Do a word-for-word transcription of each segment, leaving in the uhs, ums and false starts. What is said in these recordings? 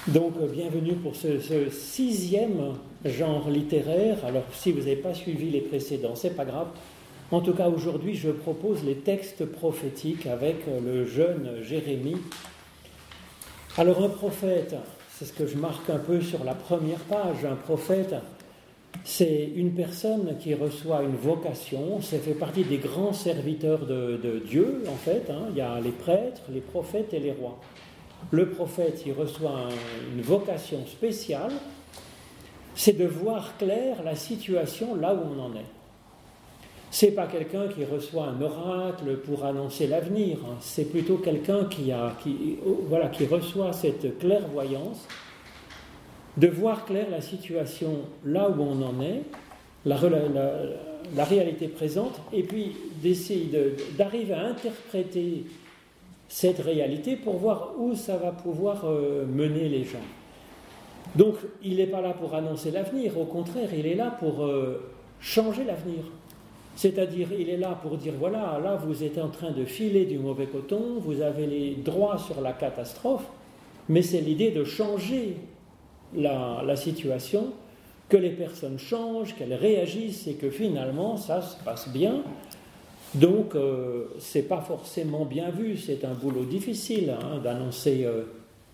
Donc, bienvenue pour ce, ce sixième genre littéraire. Alors, si vous n'avez pas suivi les précédents, c'est pas grave. En tout cas, aujourd'hui, je propose les textes prophétiques avec le jeune Jérémie. Alors, un prophète, c'est ce que je marque un peu sur la première page. Un prophète, c'est une personne qui reçoit une vocation. Ça fait partie des grands serviteurs de, de Dieu, en fait. Hein. Il y a les prêtres, les prophètes et les rois. Le prophète, il reçoit un, une vocation spéciale, c'est de voir clair la situation là où on en est. C'est pas quelqu'un qui reçoit un oracle pour annoncer l'avenir, hein. C'est plutôt quelqu'un qui, a, qui, voilà, qui reçoit cette clairvoyance, de voir clair la situation là où on en est, la, la, la réalité présente, et puis d'essayer de, d'arriver à interpréter cette réalité pour voir où ça va pouvoir euh, mener les gens. Donc, il n'est pas là pour annoncer l'avenir, au contraire, il est là pour euh, changer l'avenir. C'est-à-dire, il est là pour dire, voilà, là, vous êtes en train de filer du mauvais coton, vous avez les droits sur la catastrophe, mais c'est l'idée de changer la, la situation, que les personnes changent, qu'elles réagissent et que finalement, ça se passe bien. Donc, euh, ce n'est pas forcément bien vu, c'est un boulot difficile hein, d'annoncer euh,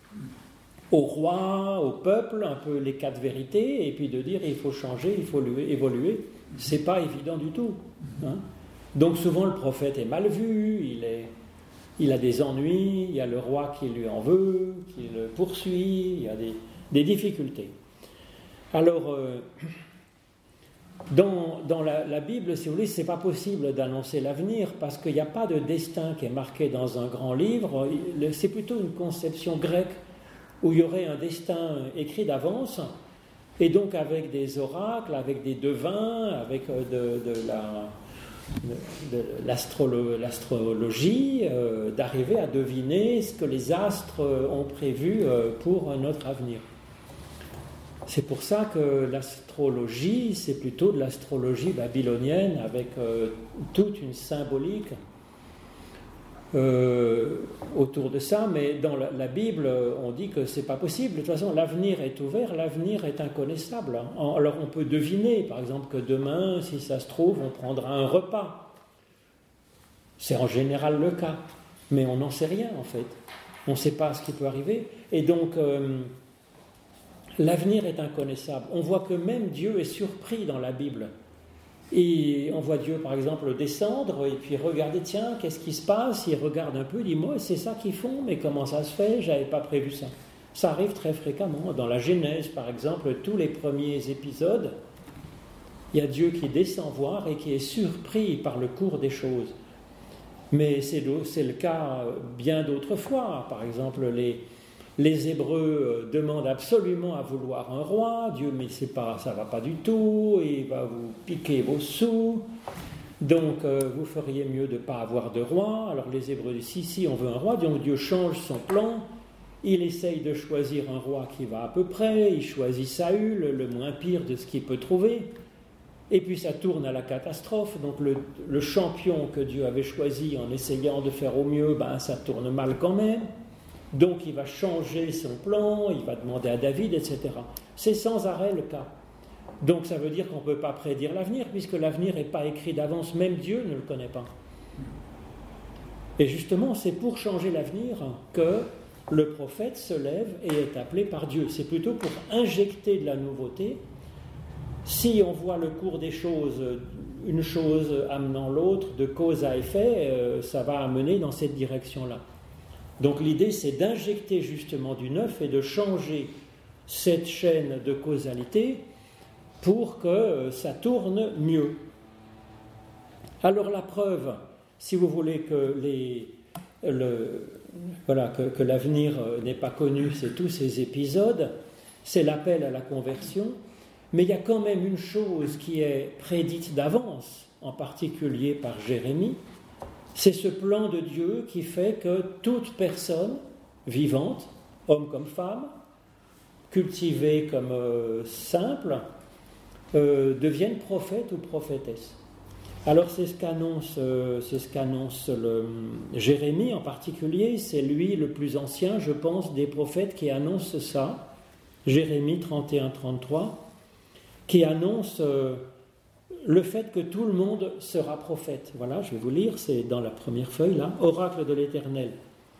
au roi, au peuple, un peu les quatre vérités, et puis de dire il faut changer, il faut évoluer. Ce n'est pas évident du tout. Hein. Donc, souvent, le prophète est mal vu, il, est, il a des ennuis, il y a le roi qui lui en veut, qui le poursuit, il y a des, des difficultés. Alors... Euh, Dans, dans la, la Bible, si vous voulez, ce n'est pas possible d'annoncer l'avenir parce qu'il n'y a pas de destin qui est marqué dans un grand livre. C'est plutôt une conception grecque où il y aurait un destin écrit d'avance et donc avec des oracles, avec des devins, avec de, de, la, de, de l'astrolo, l'astrologie, euh, d'arriver à deviner ce que les astres ont prévu pour notre avenir. C'est pour ça que l'astrologie, c'est plutôt de l'astrologie babylonienne avec euh, toute une symbolique euh, autour de ça. Mais dans la, la Bible, on dit que c'est pas possible. De toute façon, l'avenir est ouvert, l'avenir est inconnaissable. Alors on peut deviner, par exemple, que demain, si ça se trouve, on prendra un repas. C'est en général le cas. Mais on n'en sait rien, en fait. On ne sait pas ce qui peut arriver. Et donc... Euh, L'avenir est inconnaissable. On voit que même Dieu est surpris dans la Bible. Et on voit Dieu, par exemple, descendre et puis regarder, tiens, qu'est-ce qui se passe ? Il regarde un peu, il dit, moi, c'est ça qu'ils font, mais comment ça se fait ? J'avais pas prévu ça. Ça arrive très fréquemment. Dans la Genèse, par exemple, tous les premiers épisodes, il y a Dieu qui descend voir et qui est surpris par le cours des choses. Mais c'est le, c'est le cas bien d'autres fois. Par exemple, les... Les Hébreux demandent absolument à vouloir un roi. Dieu, mais c'est pas, ça ne va pas du tout, il va vous piquer vos sous. Donc, euh, vous feriez mieux de ne pas avoir de roi. Alors, les Hébreux disent, si, si, on veut un roi. Donc, Dieu change son plan. Il essaye de choisir un roi qui va à peu près. Il choisit Saül, le moins pire de ce qu'il peut trouver. Et puis, ça tourne à la catastrophe. Donc, le, le champion que Dieu avait choisi en essayant de faire au mieux, ben, ça tourne mal quand même. Donc il va changer son plan, il va demander à David, et cetera. C'est sans arrêt le cas. Donc ça veut dire qu'on ne peut pas prédire l'avenir, puisque l'avenir n'est pas écrit d'avance, même Dieu ne le connaît pas. Et justement, c'est pour changer l'avenir que le prophète se lève et est appelé par Dieu. C'est plutôt pour injecter de la nouveauté. Si on voit le cours des choses, une chose amenant l'autre, de cause à effet, ça va amener dans cette direction-là. Donc l'idée, c'est d'injecter justement du neuf et de changer cette chaîne de causalité pour que ça tourne mieux. Alors la preuve, si vous voulez que, les, le, voilà, que, que l'avenir n'est pas connu, c'est tous ces épisodes, c'est l'appel à la conversion, mais il y a quand même une chose qui est prédite d'avance, en particulier par Jérémie. C'est ce plan de Dieu qui fait que toute personne vivante, homme comme femme, cultivée comme euh, simple, euh, devienne prophète ou prophétesse. Alors c'est ce qu'annonce, euh, c'est ce qu'annonce le, Jérémie en particulier, c'est lui le plus ancien, je pense, des prophètes qui annonce ça, Jérémie trente et un trente-trois, qui annonce euh, le fait que tout le monde sera prophète. Voilà, je vais vous lire, c'est dans la première feuille là, oracle de l'Éternel.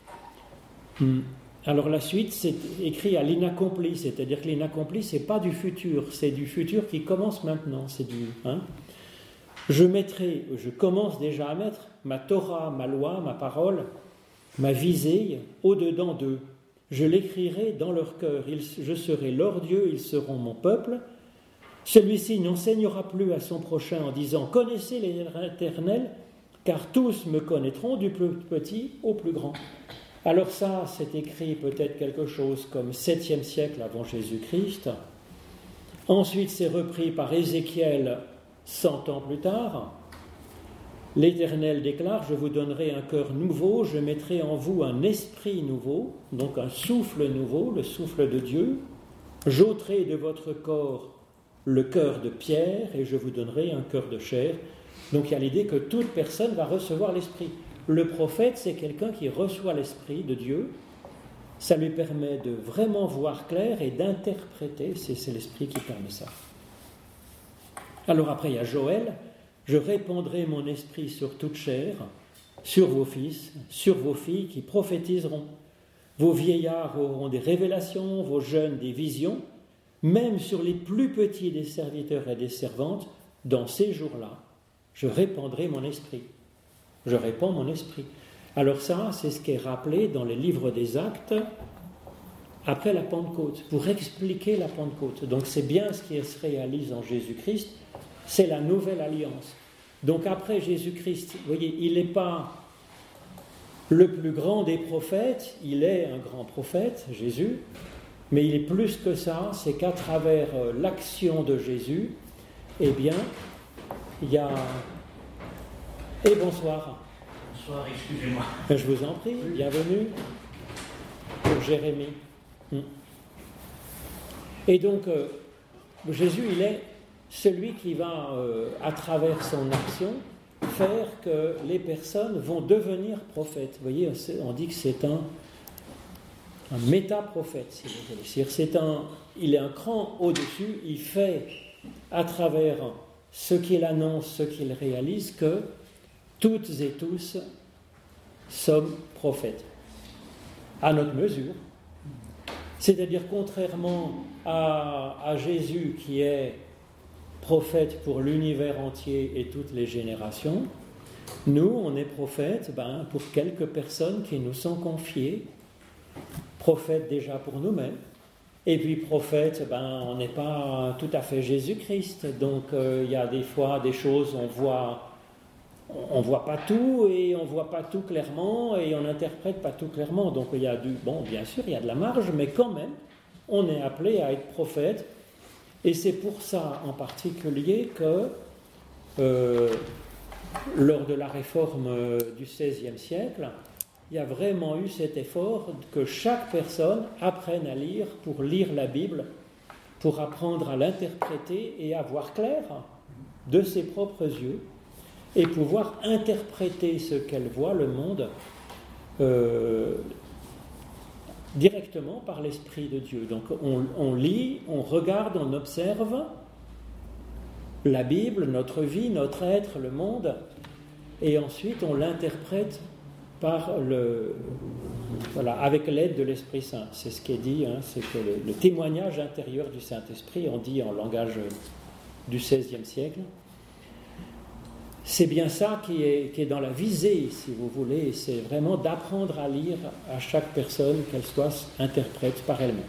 Hum. Alors la suite, c'est écrit à l'inaccompli, c'est-à-dire que l'inaccompli, c'est pas du futur, c'est du futur qui commence maintenant, c'est du... Hein. Je mettrai, je commence déjà à mettre ma Torah, ma loi, ma parole, ma visée au-dedans d'eux. Je l'écrirai dans leur cœur. Je serai leur Dieu, ils seront mon peuple. Celui-ci n'enseignera plus à son prochain en disant « Connaissez l'Éternel, car tous me connaîtront, du plus petit au plus grand. » Alors ça, c'est écrit peut-être quelque chose comme septième siècle avant Jésus-Christ. Ensuite, c'est repris par Ézéchiel cent ans plus tard. L'Éternel déclare « Je vous donnerai un cœur nouveau, je mettrai en vous un esprit nouveau, donc un souffle nouveau, le souffle de Dieu. J'ôterai de votre corps le cœur de pierre et je vous donnerai un cœur de chair. » Donc il y a l'idée que toute personne va recevoir l'esprit. Le prophète, c'est quelqu'un qui reçoit l'esprit de Dieu. Ça lui permet de vraiment voir clair et d'interpréter. C'est, c'est l'esprit qui permet ça. Alors après, il y a Joël. « Je répandrai mon esprit sur toute chair, sur vos fils, sur vos filles qui prophétiseront. Vos vieillards auront des révélations, vos jeunes des visions, même sur les plus petits des serviteurs et des servantes, dans ces jours-là, je répandrai mon esprit. » Je répands mon esprit. Alors ça, c'est ce qui est rappelé dans les livres des Actes après la Pentecôte, pour expliquer la Pentecôte. Donc c'est bien ce qui se réalise en Jésus-Christ, c'est la nouvelle alliance. Donc après Jésus-Christ, vous voyez, il n'est pas le plus grand des prophètes, il est un grand prophète, Jésus, mais il est plus que ça, c'est qu'à travers l'action de Jésus, eh bien, il y a... Et bonsoir. Bonsoir, excusez-moi. Je vous en prie, bienvenue pour Jérémie. Et donc, euh, Jésus, il est celui qui va, euh, à travers son action, faire que les personnes vont devenir prophètes. Vous voyez, on dit que c'est un, un méta-prophète, si vous voulez. C'est-à-dire, c'est un, il est un cran au-dessus, il fait, à travers ce qu'il annonce, ce qu'il réalise, que toutes et tous sommes prophètes, à notre mesure. C'est-à-dire, contrairement à, à Jésus qui est prophète pour l'univers entier et toutes les générations, nous, on est prophètes ben, pour quelques personnes qui nous sont confiées, prophètes déjà pour nous-mêmes, et puis prophètes, ben, on n'est pas tout à fait Jésus-Christ, donc euh, il y a des fois des choses, on voit... On ne voit pas tout et on ne voit pas tout clairement et on n'interprète pas tout clairement. Donc il y a du... Bon, bien sûr, il y a de la marge, mais quand même, on est appelé à être prophète. Et c'est pour ça, en particulier, que euh, lors de la réforme du seizième siècle, il y a vraiment eu cet effort que chaque personne apprenne à lire pour lire la Bible, pour apprendre à l'interpréter et à voir clair de ses propres yeux, et pouvoir interpréter ce qu'elle voit, le monde, euh, directement par l'Esprit de Dieu. Donc on, on lit, on regarde, on observe la Bible, notre vie, notre être, le monde, et ensuite on l'interprète par le, voilà, avec l'aide de l'Esprit Saint. C'est ce qui est dit, hein, c'est que le, le témoignage intérieur du Saint-Esprit, on dit en langage du seizième siècle, c'est bien ça qui est, qui est dans la visée, si vous voulez, c'est vraiment d'apprendre à lire à chaque personne, qu'elle soit interprète par elle-même.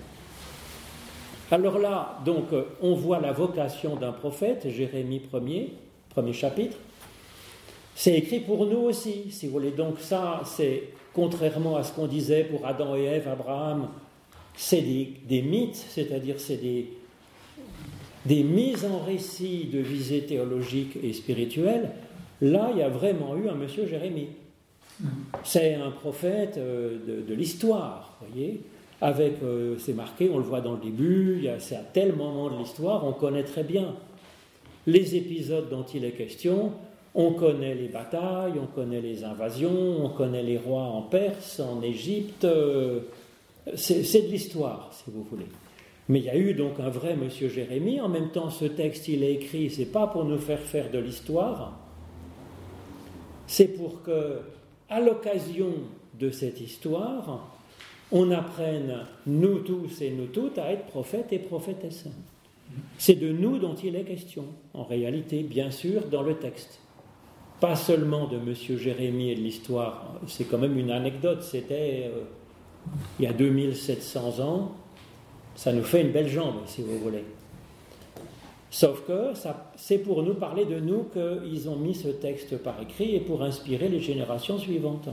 Alors là, donc, on voit la vocation d'un prophète, Jérémie premier, premier chapitre. C'est écrit pour nous aussi, si vous voulez. Donc ça, c'est contrairement à ce qu'on disait pour Adam et Ève, Abraham, c'est des, des mythes, c'est-à-dire c'est des, des mises en récit de visée théologique et spirituelle. Là, il y a vraiment eu un monsieur Jérémie. C'est un prophète de, de l'histoire, vous voyez, avec, euh, c'est marqué, on le voit dans le début, il y a, c'est à tel moment de l'histoire, on connaît très bien les épisodes dont il est question, On connaît les batailles, on connaît les invasions, on connaît les rois en Perse, en Égypte. C'est, c'est de l'histoire, si vous voulez. Mais il y a eu donc un vrai monsieur Jérémie. En même temps, ce texte, il est écrit, c'est pas pour nous faire faire de l'histoire. C'est pour que, à l'occasion de cette histoire, on apprenne, nous tous et nous toutes, à être prophètes et prophétesses. C'est de nous dont il est question, en réalité, bien sûr, dans le texte. Pas seulement de monsieur Jérémie et de l'histoire, c'est quand même une anecdote, c'était euh, il y a deux mille sept cents ans, ça nous fait une belle jambe, si vous voulez. Sauf que ça, c'est pour nous parler de nous qu'ils ont mis ce texte par écrit et pour inspirer les générations suivantes.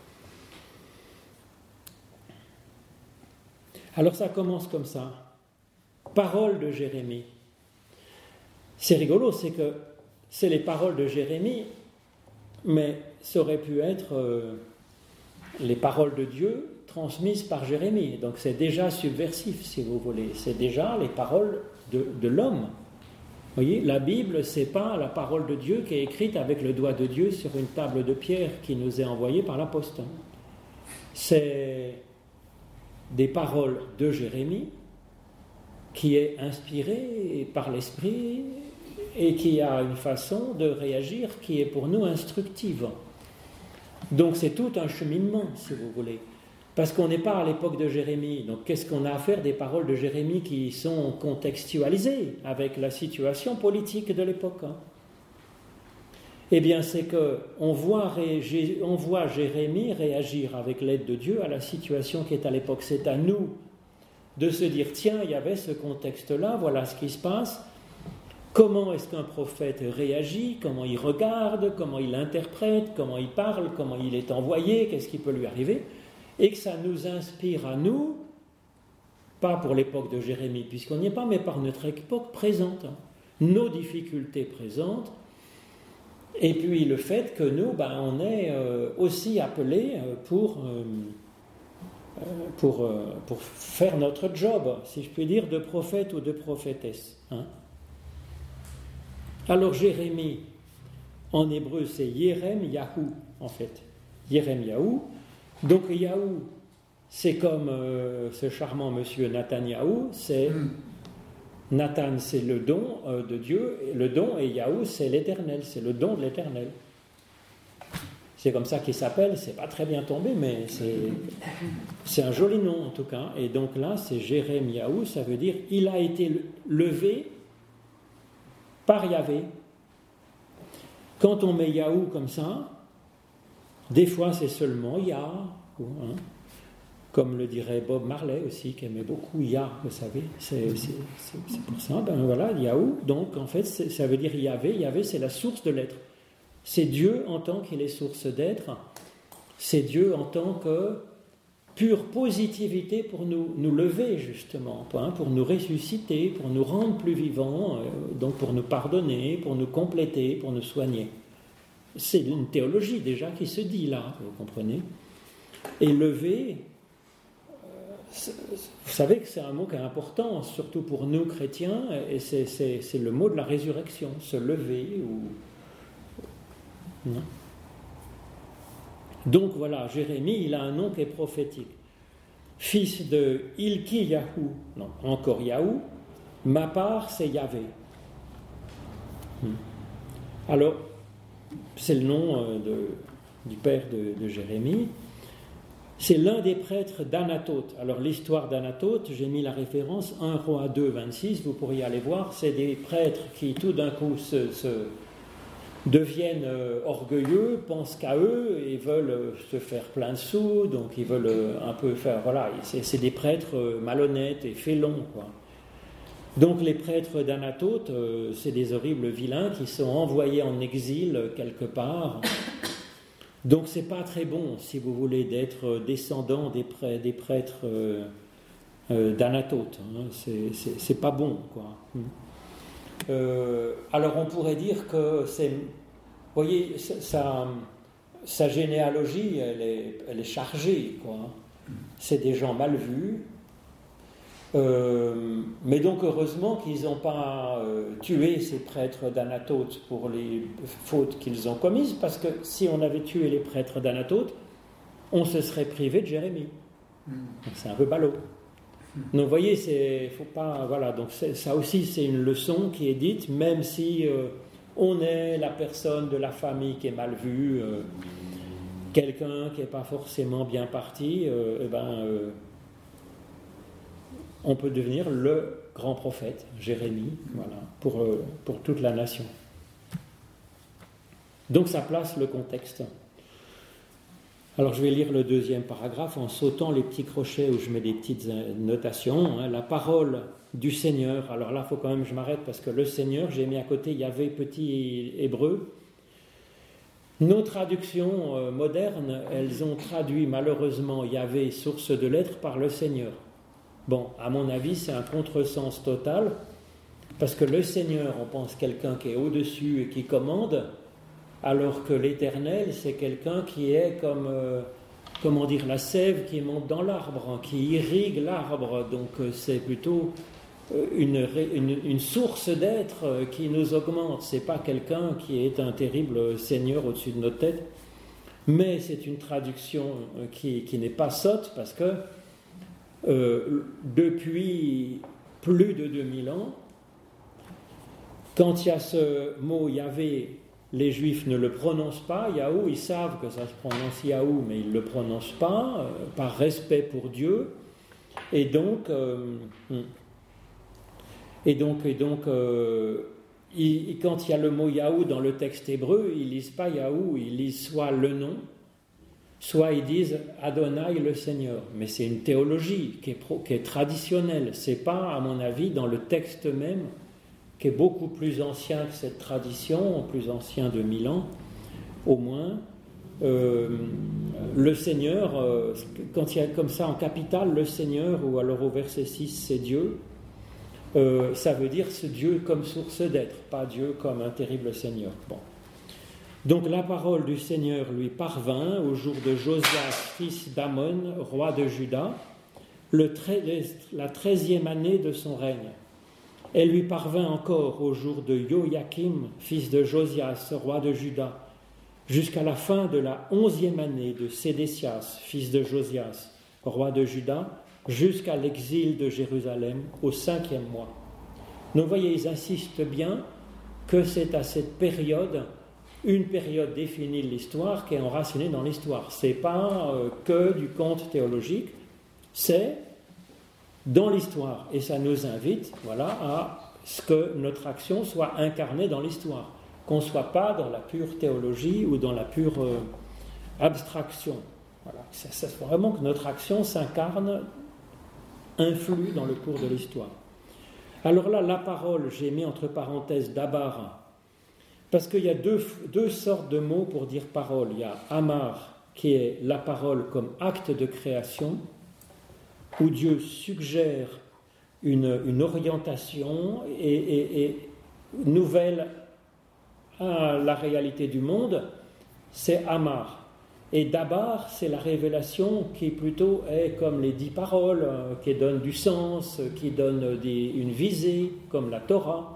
Alors ça commence comme ça. Paroles de Jérémie. C'est rigolo, c'est que c'est les paroles de Jérémie, mais ça aurait pu être euh, les paroles de Dieu transmises par Jérémie. Donc c'est déjà subversif, si vous voulez. C'est déjà les paroles de, de l'homme. Vous voyez, la Bible, c'est pas la parole de Dieu qui est écrite avec le doigt de Dieu sur une table de pierre qui nous est envoyée par l'apôtre. C'est des paroles de Jérémie qui est inspirée par l'Esprit et qui a une façon de réagir qui est pour nous instructive. Donc c'est tout un cheminement, si vous voulez. Parce qu'on n'est pas à l'époque de Jérémie. Donc qu'est-ce qu'on a à faire des paroles de Jérémie qui sont contextualisées avec la situation politique de l'époque, hein? Eh bien, c'est qu'on voit, ré... on voit Jérémie réagir avec l'aide de Dieu à la situation qui est à l'époque. C'est à nous de se dire, tiens, il y avait ce contexte-là, voilà ce qui se passe. Comment est-ce qu'un prophète réagit? Comment il regarde? Comment il interprète? Comment il parle? Comment il est envoyé? Qu'est-ce qui peut lui arriver? Et que ça nous inspire à nous, pas pour l'époque de Jérémie, puisqu'on n'y est pas, mais par notre époque présente, hein. Nos difficultés présentes. Et puis le fait que nous, ben, on est euh, aussi appelés pour, euh, pour, euh, pour faire notre job, si je puis dire, de prophète ou de prophétesse. Hein. Alors Jérémie, en hébreu, c'est Yerem Yahou, en fait. Yerem Yahou. Donc Yahou, c'est comme euh, ce charmant monsieur Nathaniahou, c'est... Mm. Nathan, c'est le don euh, de Dieu, le don, et Yahou, c'est l'éternel, c'est le don de l'éternel. C'est comme ça qu'il s'appelle, c'est pas très bien tombé, mais c'est, c'est un joli nom en tout cas. Et donc là, c'est Jérém Yahou, ça veut dire il a été levé par Yahvé. Quand on met Yahou comme ça, des fois c'est seulement Yah, hein, comme le dirait Bob Marley aussi, qui aimait beaucoup Yah, vous savez, c'est, c'est, c'est, c'est pour ça, ben voilà, Yahou, donc en fait, ça veut dire Yahvé, Yahvé c'est la source de l'être. C'est Dieu en tant qu'il est source d'être, c'est Dieu en tant que pure positivité pour nous, nous lever justement, hein, pour nous ressusciter, pour nous rendre plus vivants, euh, donc pour nous pardonner, pour nous compléter, pour nous soigner. C'est une théologie déjà qui se dit là, vous comprenez. Et lever... Vous savez que c'est un mot qui est important, surtout pour nous chrétiens, et c'est, c'est, c'est le mot de la résurrection, se lever. Ou... Non. Donc voilà, Jérémie, il a un nom qui est prophétique. Fils de Ilki Yahou, non, encore Yahou, ma part c'est Yahvé. Alors, c'est le nom de, du père de, de Jérémie. C'est l'un des prêtres d'Anathoth. Alors l'histoire d'Anathoth, j'ai mis la référence, un roi deux, vingt-six, vous pourriez aller voir, c'est des prêtres qui tout d'un coup se, se deviennent euh, orgueilleux, pensent qu'à eux et veulent euh, se faire plein de sous, donc ils veulent euh, un peu faire, voilà, c'est, c'est des prêtres euh, malhonnêtes et félons, quoi. Donc les prêtres d'Anathoth, euh, c'est des horribles vilains qui sont envoyés en exil euh, quelque part. Donc c'est pas très bon, si vous voulez, d'être descendant des, prêtres, des prêtres euh, euh, d'Anathoth. Hein. C'est, c'est, c'est pas bon, quoi. Euh, alors on pourrait dire que c'est, vous voyez, sa, sa généalogie, elle est, elle est chargée, quoi. C'est des gens mal vus. Euh, mais donc heureusement qu'ils n'ont pas euh, tué ces prêtres d'Anatote pour les fautes qu'ils ont commises, parce que si on avait tué les prêtres d'Anatote, on se serait privé de Jérémie. Mm. Donc c'est un peu ballot. Mm. Donc vous voyez, c'est, faut pas, voilà, donc ça aussi c'est une leçon qui est dite, même si euh, on est la personne de la famille qui est mal vue, euh, quelqu'un qui n'est pas forcément bien parti, euh, eh ben, euh, on peut devenir le grand prophète, Jérémie, voilà, pour, euh, pour toute la nation. Donc ça place le contexte. Alors je vais lire le deuxième paragraphe en sautant les petits crochets où je mets des petites notations. Hein. La parole du Seigneur. Alors là, il faut quand même que je m'arrête parce que le Seigneur, j'ai mis à côté Yahvé petit hébreu. Nos traductions euh, modernes, elles ont traduit malheureusement Yahvé, source de l'être, par le Seigneur. Bon, à mon avis, c'est un contresens total, parce que le Seigneur, on pense quelqu'un qui est au-dessus et qui commande, alors que l'Éternel, c'est quelqu'un qui est comme, euh, comment dire, la sève qui monte dans l'arbre, hein, qui irrigue l'arbre, donc euh, c'est plutôt euh, une, une, une source d'être euh, qui nous augmente. C'est pas quelqu'un qui est un terrible Seigneur au-dessus de notre tête, mais c'est une traduction euh, qui, qui n'est pas sotte, parce que Euh, depuis plus de deux mille ans, quand il y a ce mot Yahvé, les Juifs ne le prononcent pas, Yahou, ils savent que ça se prononce Yahou, mais ils ne le prononcent pas, euh, par respect pour Dieu, et donc, euh, et donc, et donc euh, ils, quand il y a le mot Yahou dans le texte hébreu, ils ne lisent pas Yahou, ils lisent soit le nom, soit ils disent Adonai le Seigneur, mais c'est une théologie qui est, pro, qui est traditionnelle. C'est pas, à mon avis, dans le texte même, qui est beaucoup plus ancien que cette tradition, plus ancien de mille ans, au moins. Euh, le Seigneur, euh, quand il y a comme ça en capitale, le Seigneur, ou alors au verset six, c'est Dieu, euh, ça veut dire ce Dieu comme source d'être, pas Dieu comme un terrible Seigneur. Bon. Donc la parole du Seigneur lui parvint au jour de Josias, fils d'Amon, roi de Juda, le tre- la treizième année de son règne. Elle lui parvint encore au jour de Joachim, fils de Josias, roi de Juda, jusqu'à la fin de la onzième année de Sédécias, fils de Josias, roi de Juda, jusqu'à l'exil de Jérusalem au cinquième mois. Donc vous voyez, ils insistent bien que c'est à cette période une période définie de l'histoire qui est enracinée dans l'histoire. Ce n'est pas euh, que du conte théologique, c'est dans l'histoire. Et ça nous invite, voilà, à ce que notre action soit incarnée dans l'histoire, qu'on ne soit pas dans la pure théologie ou dans la pure euh, abstraction. Voilà. Ça, ça faut vraiment que notre action s'incarne, influe dans le cours de l'histoire. Alors là, la parole, j'ai mis entre parenthèses Dabar, parce qu'il y a deux, deux sortes de mots pour dire parole. Il y a Amar, qui est la parole comme acte de création, où Dieu suggère une, une orientation et, et, et nouvelle à la réalité du monde, c'est Amar. Et Dabar, c'est la révélation qui plutôt est comme les dix paroles, euh, qui donnent du sens, qui donnent des, une visée, comme la Torah.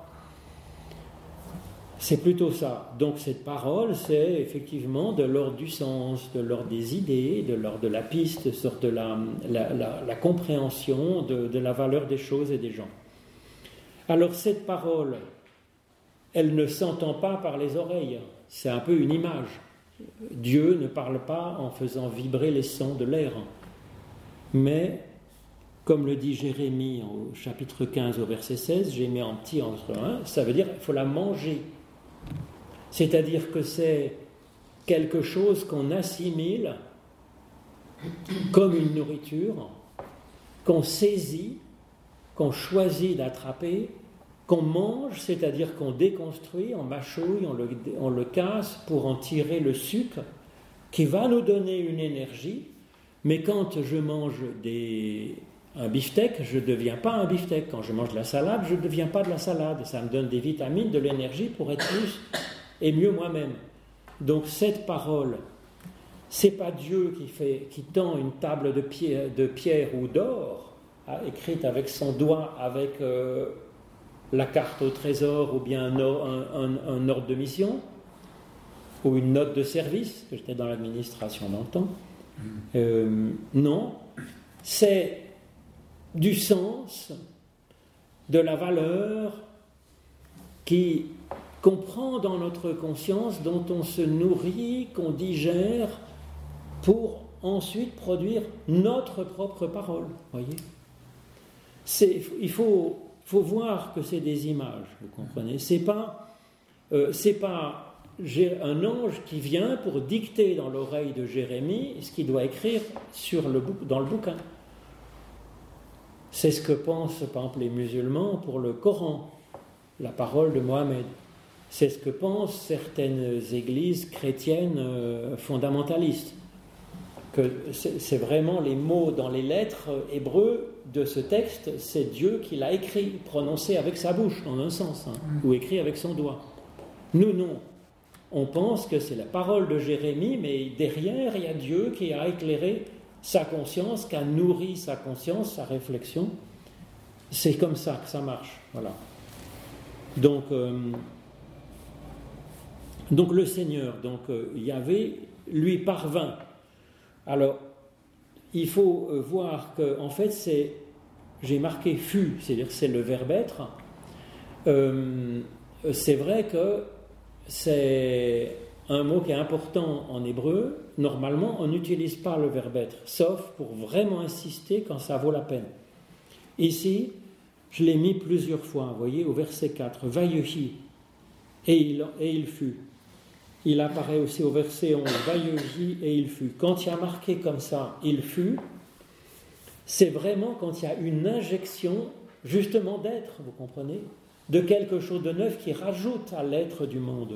C'est plutôt ça. Donc cette parole, c'est effectivement de l'ordre du sens, de l'ordre des idées, de l'ordre de la piste, de l'ordre de la, la, la, la compréhension de, de la valeur des choses et des gens. Alors cette parole, elle ne s'entend pas par les oreilles. C'est un peu une image. Dieu ne parle pas en faisant vibrer les sons de l'air. Mais, comme le dit Jérémie au chapitre quinze au verset seize, j'ai mis en petit entre un, ça veut dire qu'il faut la manger. C'est-à-dire que c'est quelque chose qu'on assimile comme une nourriture, qu'on saisit, qu'on choisit d'attraper, qu'on mange, c'est-à-dire qu'on déconstruit, on mâchouille, on le, on le casse pour en tirer le sucre qui va nous donner une énergie. Mais quand je mange des, un beefsteak, je ne deviens pas un beefsteak. Quand je mange de la salade, je ne deviens pas de la salade. Ça me donne des vitamines, de l'énergie pour être plus et mieux moi-même. Donc cette parole, c'est pas Dieu qui, fait, qui tend une table de pierre, de pierre ou d'or écrite avec son doigt, avec euh, la carte au trésor ou bien un, un, un, un ordre de mission ou une note de service, que j'étais dans l'administration dans le temps. Euh, non, c'est du sens, de la valeur qui qu'on prend dans notre conscience, dont on se nourrit, qu'on digère pour ensuite produire notre propre parole. Voyez, c'est, il faut, faut voir que c'est des images, vous comprenez. C'est pas, euh, c'est pas un ange qui vient pour dicter dans l'oreille de Jérémie ce qu'il doit écrire sur le, dans le bouquin. C'est ce que pensent, par exemple, les musulmans pour le Coran, la parole de Mohammed. C'est ce que pensent certaines églises chrétiennes euh, fondamentalistes. Que c'est, c'est vraiment les mots dans les lettres hébreux de ce texte, c'est Dieu qui l'a écrit, prononcé avec sa bouche, en un sens, hein, ou écrit avec son doigt. Nous, non. On pense que c'est la parole de Jérémie, mais derrière, il y a Dieu qui a éclairé sa conscience, qui a nourri sa conscience, sa réflexion. C'est comme ça que ça marche. Voilà. Donc, euh, donc le Seigneur, donc euh, Yahvé, lui parvint. Alors, il faut euh, voir que, en fait, c'est, j'ai marqué fut, c'est-à-dire c'est le verbe être. Euh, c'est vrai que c'est un mot qui est important en hébreu. Normalement, on n'utilise pas le verbe être, sauf pour vraiment insister quand ça vaut la peine. Ici, je l'ai mis plusieurs fois, vous voyez, au verset quatre, Vayehi, et il, et il fut. Il apparaît aussi au verset onze, Vayehi, et il fut. Quand il y a marqué comme ça, il fut, c'est vraiment quand il y a une injection, justement d'être, vous comprenez, de quelque chose de neuf qui rajoute à l'être du monde.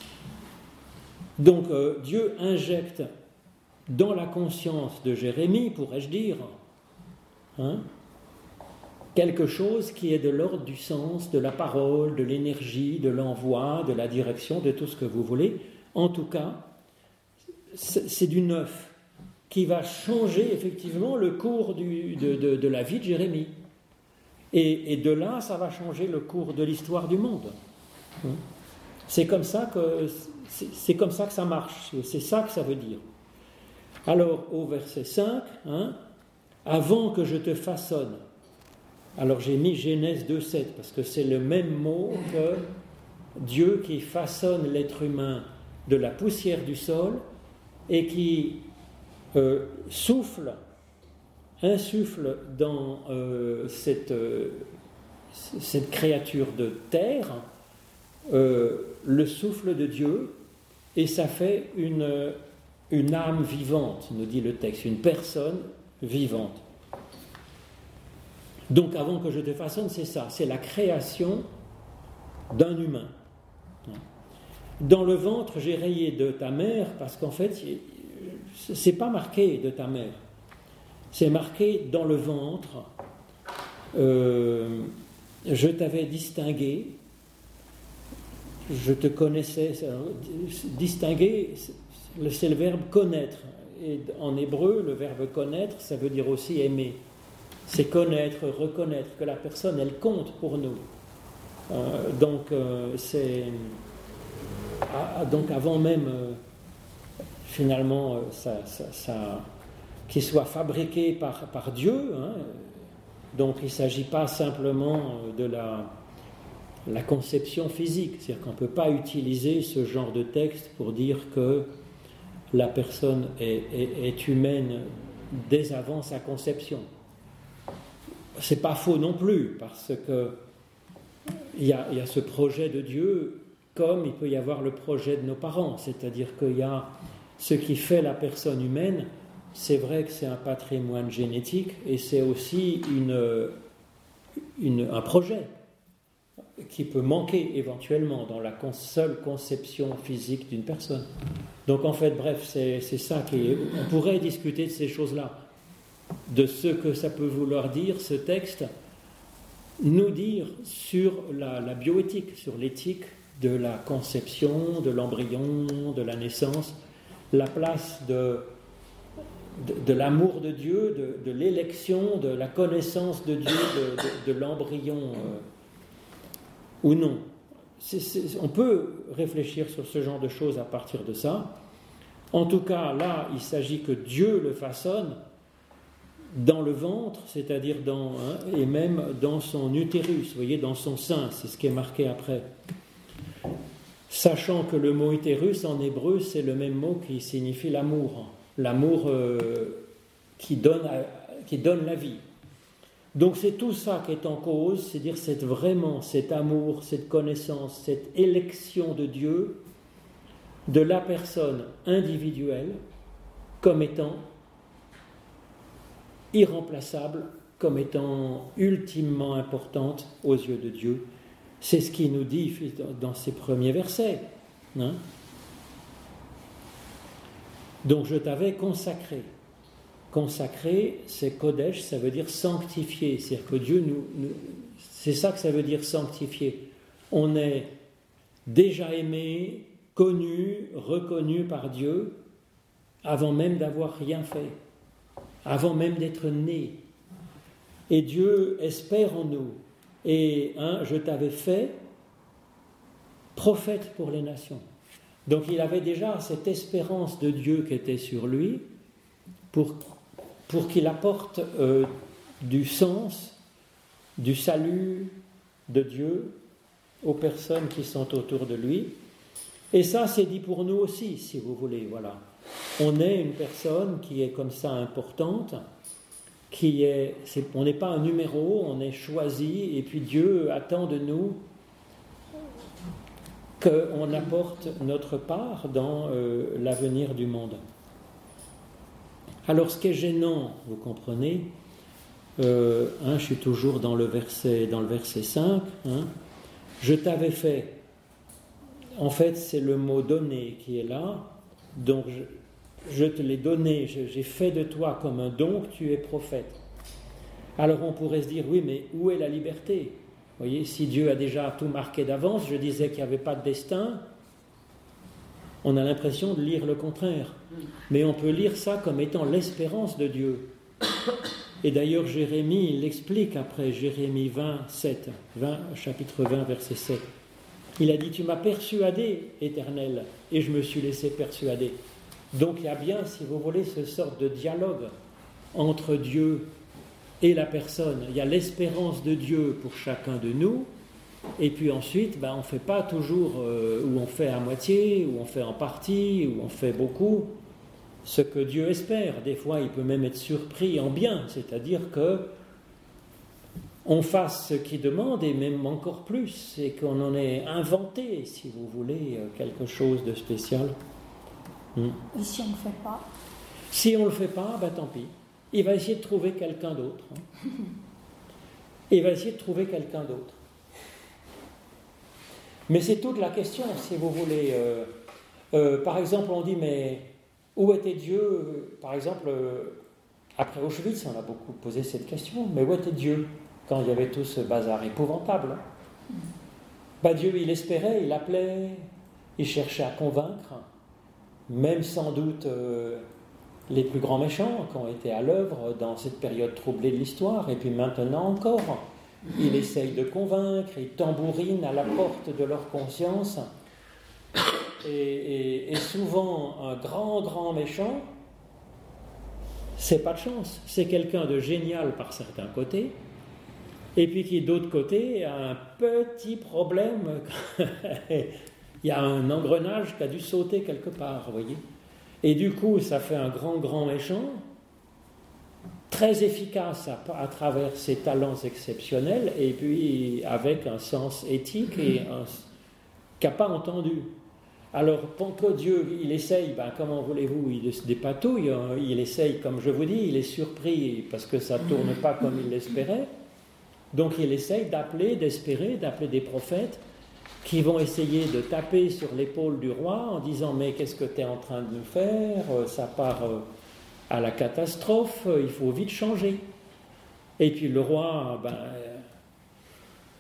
Donc euh, Dieu injecte dans la conscience de Jérémie, pourrais-je dire, hein, quelque chose qui est de l'ordre du sens, de la parole, de l'énergie, de l'envoi, de la direction, de tout ce que vous voulez. En tout cas, c'est, c'est du neuf qui va changer effectivement le cours du, de, de, de la vie de Jérémie. Et, et de là, ça va changer le cours de l'histoire du monde. C'est comme ça que, c'est, c'est comme ça que ça marche, c'est ça que ça veut dire. Alors, au verset cinq, hein, avant que je te façonne. Alors, j'ai mis Genèse deux sept, parce que c'est le même mot que Dieu qui façonne l'être humain de la poussière du sol et qui euh, souffle, insuffle dans euh, cette, euh, cette créature de terre euh, le souffle de Dieu, et ça fait une, une âme vivante, nous dit le texte, une personne vivante. Donc avant que je te façonne, c'est ça, c'est la création d'un humain. Dans le ventre, j'ai rayé de ta mère, parce qu'en fait, c'est pas marqué de ta mère, c'est marqué dans le ventre. Euh, je t'avais distingué, je te connaissais. Distinguer, c'est le verbe connaître. Et en hébreu, le verbe connaître, ça veut dire aussi aimer. C'est connaître, reconnaître que la personne, elle compte pour nous. Euh, donc, euh, c'est ah, donc avant même euh, finalement euh, ça, ça, ça, qu'il soit fabriqué par, par Dieu. Hein, donc, il ne s'agit pas simplement de la, la conception physique. C'est-à-dire qu'on ne peut pas utiliser ce genre de texte pour dire que la personne est, est, est humaine dès avant sa conception. C'est pas faux non plus, parce que il y a, il y a ce projet de Dieu, comme il peut y avoir le projet de nos parents, c'est-à-dire qu'il y a ce qui fait la personne humaine. C'est vrai que c'est un patrimoine génétique, et c'est aussi une, une, un projet qui peut manquer éventuellement dans la con, seule conception physique d'une personne. Donc en fait, bref, c'est, c'est ça qui est, on pourrait discuter de ces choses-là, de ce que ça peut vouloir dire, ce texte, nous dire sur la, la bioéthique, sur l'éthique de la conception, de l'embryon, de la naissance, la place de, de, de l'amour de Dieu, de, de l'élection, de la connaissance de Dieu, de, de, de l'embryon, euh, ou non. C'est, c'est, on peut réfléchir sur ce genre de choses à partir de ça. En tout cas, là, il s'agit que Dieu le façonne dans le ventre, c'est-à-dire dans, hein, et même dans son utérus, vous voyez, dans son sein, c'est ce qui est marqué après. Sachant que le mot utérus en hébreu, c'est le même mot qui signifie l'amour, l'amour euh, qui donne, qui donne la vie. Donc c'est tout ça qui est en cause, c'est-à-dire c'est vraiment cet amour, cette connaissance, cette élection de Dieu, de la personne individuelle, comme étant irremplaçable, comme étant ultimement importante aux yeux de Dieu. C'est ce qu'il nous dit dans ces premiers versets. Hein? Donc je t'avais consacré. Consacré, c'est Kodesh, ça veut dire sanctifié. C'est-à-dire que Dieu nous, nous... C'est ça que ça veut dire sanctifié. On est déjà aimé, connu, reconnu par Dieu, avant même d'avoir rien fait, avant même d'être né. Et Dieu espère en nous. Et hein, je t'avais fait prophète pour les nations. Donc il avait déjà cette espérance de Dieu qui était sur lui pour, pour qu'il apporte euh, du sens, du salut de Dieu aux personnes qui sont autour de lui. Et ça, c'est dit pour nous aussi, si vous voulez. Voilà. On est une personne qui est comme ça importante, qui est, c'est, on n'est pas un numéro, on est choisi, et puis Dieu attend de nous qu'on apporte notre part dans euh, l'avenir du monde. Alors, ce qui est gênant, vous comprenez, euh, hein, je suis toujours dans le verset, dans le verset cinq, hein, je t'avais fait. En fait, c'est le mot donner qui est là, donc je, je te l'ai donné, je, j'ai fait de toi comme un don que tu es prophète. Alors on pourrait se dire, oui, mais où est la liberté ? Vous voyez, si Dieu a déjà tout marqué d'avance, je disais qu'il n'y avait pas de destin, on a l'impression de lire le contraire. Mais on peut lire ça comme étant l'espérance de Dieu. Et d'ailleurs, Jérémie, il l'explique après, Jérémie vingt-sept, vingt, chapitre vingt, verset sept. Il a dit, tu m'as persuadé, Éternel, et je me suis laissé persuader. Donc il y a bien, si vous voulez, ce sorte de dialogue entre Dieu et la personne. Il y a l'espérance de Dieu pour chacun de nous, et puis ensuite, ben, on ne fait pas toujours, euh, ou on fait à moitié, ou on fait en partie, ou on fait beaucoup, ce que Dieu espère. Des fois, il peut même être surpris en bien, c'est-à-dire que on fasse ce qu'il demande, et même encore plus, et qu'on en ait inventé, si vous voulez, quelque chose de spécial. Hmm. Et si on ne le fait pas ? Si on ne le fait pas, ben tant pis. Il va essayer de trouver quelqu'un d'autre. Hein. Il va essayer de trouver quelqu'un d'autre. Mais c'est toute la question, si vous voulez. Euh, euh, par exemple, on dit, mais où était Dieu ? Par exemple, euh, après Auschwitz, on a beaucoup posé cette question, mais où était Dieu ? Quand il y avait tout ce bazar épouvantable. Bah Dieu, il espérait, il appelait, il cherchait à convaincre, même sans doute euh, les plus grands méchants qui ont été à l'œuvre dans cette période troublée de l'histoire, et puis maintenant encore, il essaye de convaincre, il tambourine à la porte de leur conscience, et, et, et souvent un grand, grand méchant, c'est pas de chance, c'est quelqu'un de génial par certains côtés, et puis qui, d'autre côté, a un petit problème. Il y a un engrenage qui a dû sauter quelque part, vous voyez. Et du coup, ça fait un grand, grand méchant, très efficace à, à travers ses talents exceptionnels, et puis avec un sens éthique et un, qui n'a pas entendu. Alors, pour que Dieu, il essaye, ben, comment voulez-vous, il se dépatouille, il essaye, comme je vous dis, il est surpris parce que ça ne tourne pas comme il l'espérait. Donc il essaye d'appeler, d'espérer, d'appeler des prophètes qui vont essayer de taper sur l'épaule du roi en disant « Mais qu'est-ce que tu es en train de nous faire ? Ça part à la catastrophe, il faut vite changer. » Et puis le roi, ben,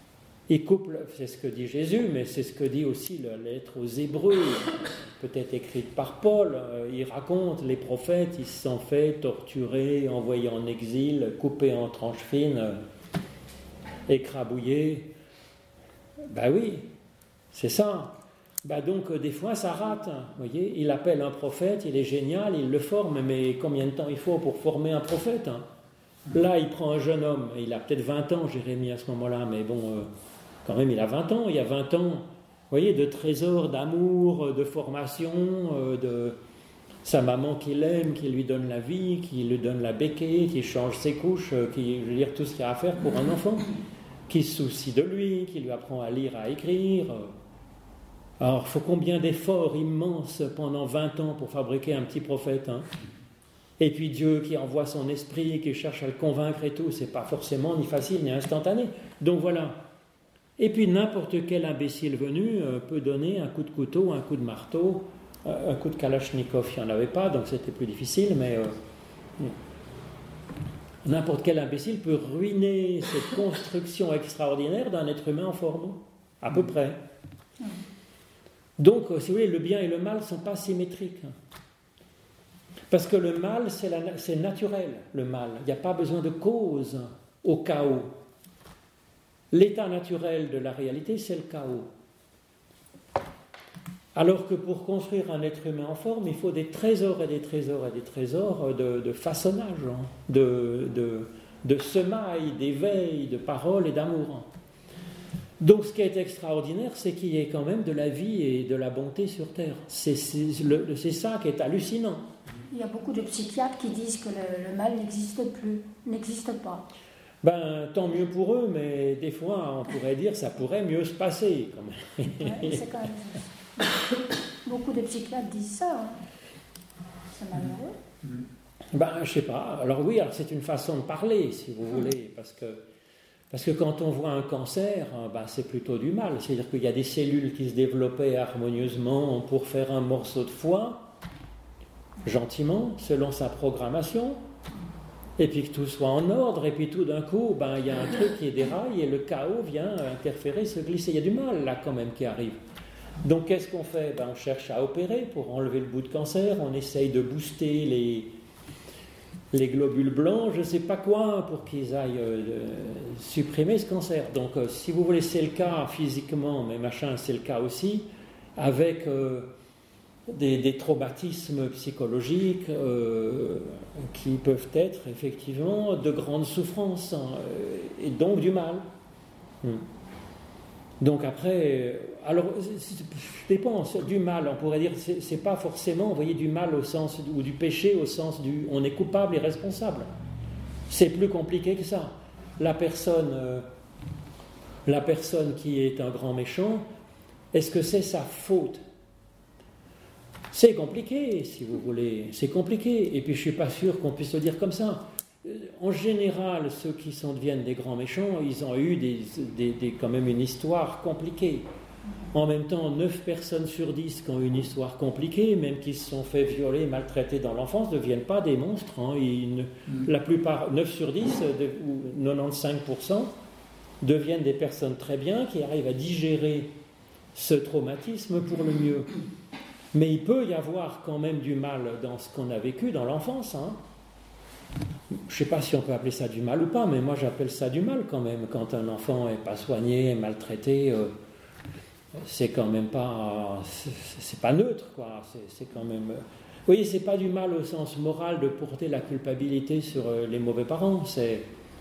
Il couple, c'est ce que dit Jésus, mais c'est ce que dit aussi la lettre aux Hébreux, peut-être écrite par Paul. Il raconte, les prophètes, ils se sont fait torturer, envoyer en exil, couper en tranches fines, écrabouiller. Ben oui, c'est ça. Ben donc, des fois, ça rate. Vous voyez, il appelle un prophète, il est génial, il le forme, mais combien de temps il faut pour former un prophète, hein? Là, il prend un jeune homme, il a peut-être vingt ans, Jérémie, à ce moment-là, mais bon, euh, quand même, il a vingt ans, il y a vingt ans, vous voyez, de trésors, d'amour, de formation, euh, de sa maman qui l'aime, qui lui donne la vie, qui lui donne la béquille, qui change ses couches, euh, qui, je veux dire, tout ce qu'il y a à faire pour un enfant, qui se soucie de lui, qui lui apprend à lire, à écrire. Alors, il faut combien d'efforts immenses pendant vingt ans pour fabriquer un petit prophète, hein? Et puis Dieu qui envoie son esprit, qui cherche à le convaincre et tout, c'est pas forcément ni facile ni instantané. Donc voilà. Et puis n'importe quel imbécile venu euh, peut donner un coup de couteau, un coup de marteau, euh, un coup de kalachnikov, il n'y en avait pas, donc c'était plus difficile, mais euh, n'importe quel imbécile peut ruiner cette construction extraordinaire d'un être humain en forme, à peu près. Donc, si vous voulez, le bien et le mal ne sont pas symétriques. Parce que le mal, c'est, la, c'est naturel, le mal. Il n'y a pas besoin de cause au chaos. L'état naturel de la réalité, c'est le chaos. Alors que pour construire un être humain en forme, il faut des trésors et des trésors et des trésors de, de façonnage, hein, de, de, de semailles, d'éveil, de paroles et d'amour. Donc ce qui est extraordinaire, c'est qu'il y ait quand même de la vie et de la bonté sur Terre. C'est, c'est, le, c'est ça qui est hallucinant. Il y a beaucoup de psychiatres qui disent que le, le mal n'existe plus, n'existe pas. Ben, tant mieux pour eux, mais des fois, on pourrait dire que ça pourrait mieux se passer. Quand même. Ouais, c'est quand même... Beaucoup de psychiatres disent ça. Hein. C'est malheureux. Ben, je sais pas. Alors oui, alors c'est une façon de parler, si vous voulez, parce que, parce que quand on voit un cancer, ben, c'est plutôt du mal. C'est-à-dire qu'il y a des cellules qui se développaient harmonieusement pour faire un morceau de foie, gentiment, selon sa programmation, et puis que tout soit en ordre, et puis tout d'un coup, ben, il y a un truc qui déraille, et le chaos vient interférer, se glisser. Il y a du mal, là, quand même, qui arrive. Donc, qu'est-ce qu'on fait? Ben, on cherche à opérer pour enlever le bout de cancer, on essaye de booster les, les globules blancs, je ne sais pas quoi, pour qu'ils aillent euh, supprimer ce cancer. Donc, euh, si vous voulez, c'est le cas physiquement, mais machin, c'est le cas aussi, avec... Euh, Des, des traumatismes psychologiques euh, qui peuvent être effectivement de grandes souffrances, hein, et donc du mal. Hmm. Donc après, alors, je dépense du mal, on pourrait dire, c'est, c'est pas forcément, vous voyez, du mal au sens, ou du péché au sens du, on est coupable et responsable. C'est plus compliqué que ça. La personne, euh, la personne qui est un grand méchant, est-ce que c'est sa faute? C'est compliqué, si vous voulez, c'est compliqué. Et puis je ne suis pas sûr qu'on puisse le dire comme ça. En général, ceux qui sont, deviennent des grands méchants, ils ont eu des, des, des, quand même une histoire compliquée. En même temps, neuf personnes sur dix qui ont une histoire compliquée, même qui se sont fait violer, maltraiter dans l'enfance, ne deviennent pas des monstres. Hein. Ils, la plupart, neuf sur dix, de, ou quatre-vingt-quinze pour cent, deviennent des personnes très bien, qui arrivent à digérer ce traumatisme pour le mieux. Mais il peut y avoir quand même du mal dans ce qu'on a vécu dans l'enfance. Hein. Je ne sais pas si on peut appeler ça du mal ou pas, mais moi j'appelle ça du mal quand même. Quand un enfant n'est pas soigné, est maltraité, euh, c'est quand même pas, c'est, c'est pas neutre, quoi. C'est, c'est quand même. Euh... Vous voyez, c'est pas du mal au sens moral de porter la culpabilité sur euh, les mauvais parents. C'est,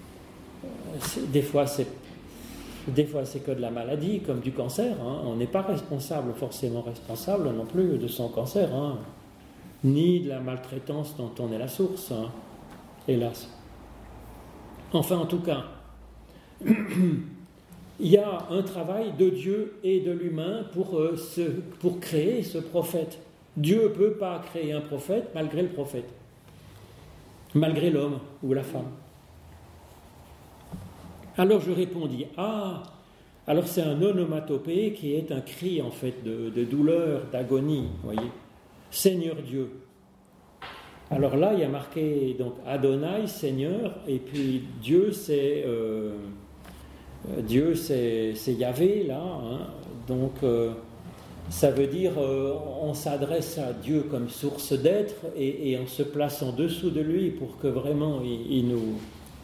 c'est des fois c'est Des fois, c'est que de la maladie, comme du cancer. Hein. On n'est pas responsable, forcément responsable non plus de son cancer, hein. Ni de la maltraitance dont on est la source, hein. Hélas. Enfin, en tout cas, il y a un travail de Dieu et de l'humain pour, euh, ce, pour créer ce prophète. Dieu ne peut pas créer un prophète malgré le prophète, malgré l'homme ou la femme. Alors je répondis, ah, alors c'est un onomatopée qui est un cri en fait de, de douleur, d'agonie, vous voyez, Seigneur Dieu. Alors là, il y a marqué donc Adonai, Seigneur, et puis Dieu c'est euh, Dieu, c'est, c'est Yahvé, là. Hein. Donc, euh, ça veut dire euh, on s'adresse à Dieu comme source d'être et, et on se place en dessous de lui pour que vraiment il, il, nous,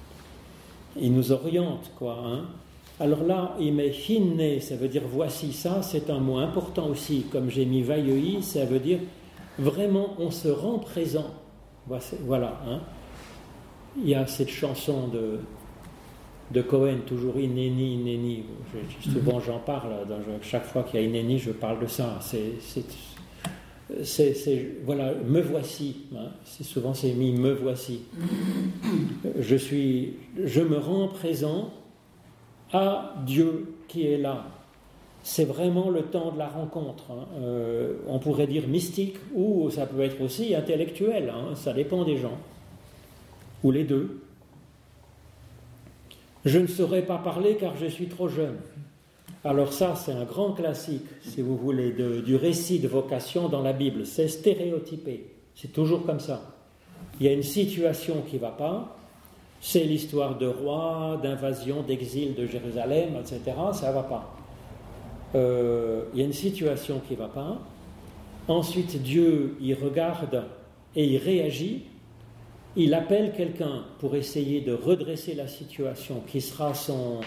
il nous oriente, quoi. Hein. Alors là, il met hinne, ça veut dire voici ça, c'est un mot important aussi. Comme j'ai mis vaillei, ça veut dire vraiment on se rend présent. Voilà. Hein. Il y a cette chanson de, de Cohen, toujours Hineni, Hineni. Je, souvent j'en parle, dans, chaque fois qu'il y a Hineni, je parle de ça. C'est, c'est, c'est, c'est voilà, me voici. Hein. C'est, souvent c'est mis me voici. Je suis, je me rends présent à Dieu qui est là. C'est vraiment le temps de la rencontre. Hein. Euh, on pourrait dire mystique ou ça peut être aussi intellectuel. Hein. Ça dépend des gens. Ou les deux. Je ne saurais pas parler car je suis trop jeune. Alors ça, c'est un grand classique, si vous voulez, de, du récit de vocation dans la Bible. C'est stéréotypé. C'est toujours comme ça. Il y a une situation qui ne va pas. C'est l'histoire de roi, d'invasion, d'exil de Jérusalem, et cetera. Ça ne va pas. Euh, il y a une situation qui ne va pas. Ensuite, Dieu, il regarde et il réagit. Il appelle quelqu'un pour essayer de redresser la situation, qui sera son,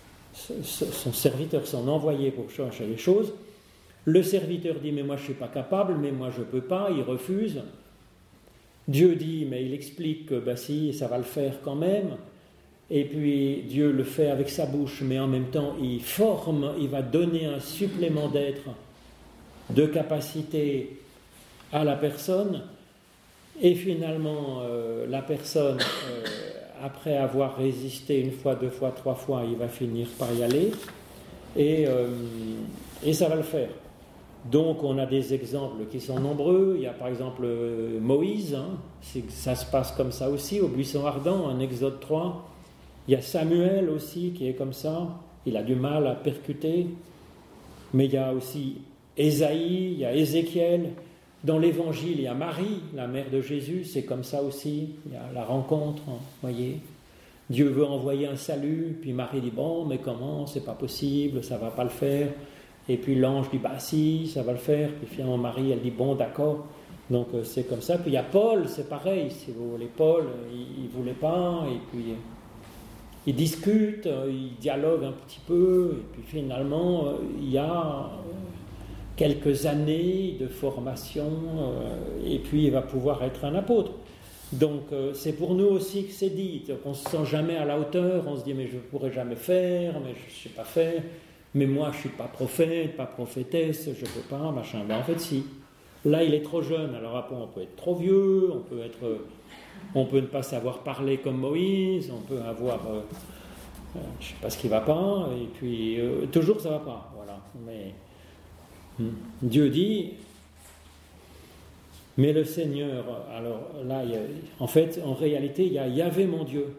son serviteur, son envoyé pour changer les choses. Le serviteur dit « mais moi je ne suis pas capable, mais moi je ne peux pas », il refuse. Dieu dit, mais il explique que bah, si, ça va le faire quand même. Et puis Dieu le fait avec sa bouche, mais en même temps il forme, il va donner un supplément d'être, de capacité à la personne. Et finalement, euh, la personne, euh, après avoir résisté une fois, deux fois, trois fois, il va finir par y aller. Et, euh, et ça va le faire. Donc on a des exemples qui sont nombreux. Il y a par exemple Moïse, hein, c'est, ça se passe comme ça aussi, au buisson ardent, en Exode trois. Il y a Samuel aussi qui est comme ça, il a du mal à percuter. Mais il y a aussi Ésaïe, il y a Ézéchiel. Dans l'Évangile, il y a Marie, la mère de Jésus, c'est comme ça aussi. Il y a la rencontre, vous voyez. Dieu veut envoyer un salut, puis Marie dit « bon, mais comment, c'est pas possible, ça va pas le faire ». Et puis l'ange dit « bah si, ça va le faire ». Puis finalement Marie, elle dit « bon, d'accord ». Donc euh, c'est comme ça. Puis il y a Paul, c'est pareil, si vous voulez. Paul, il ne voulait pas, et puis euh, il discute, euh, il dialogue un petit peu, et puis finalement, euh, il y a euh, quelques années de formation, euh, et puis il va pouvoir être un apôtre. Donc euh, c'est pour nous aussi que c'est dit. On ne se sent jamais à la hauteur, on se dit « mais je ne pourrai jamais faire, mais je ne sais pas faire ». Mais moi, je ne suis pas prophète, pas prophétesse, je ne peux pas, machin. Ben, en fait, si. Là, il est trop jeune. Alors après, on peut être trop vieux, on peut être, on peut ne pas savoir parler comme Moïse, on peut avoir, euh, euh, je ne sais pas ce qui ne va pas, et puis euh, toujours ça ne va pas. Voilà. Mais hmm. Dieu dit, mais le Seigneur, alors là, il y a, en fait, en réalité, il y a Yahvé mon Dieu.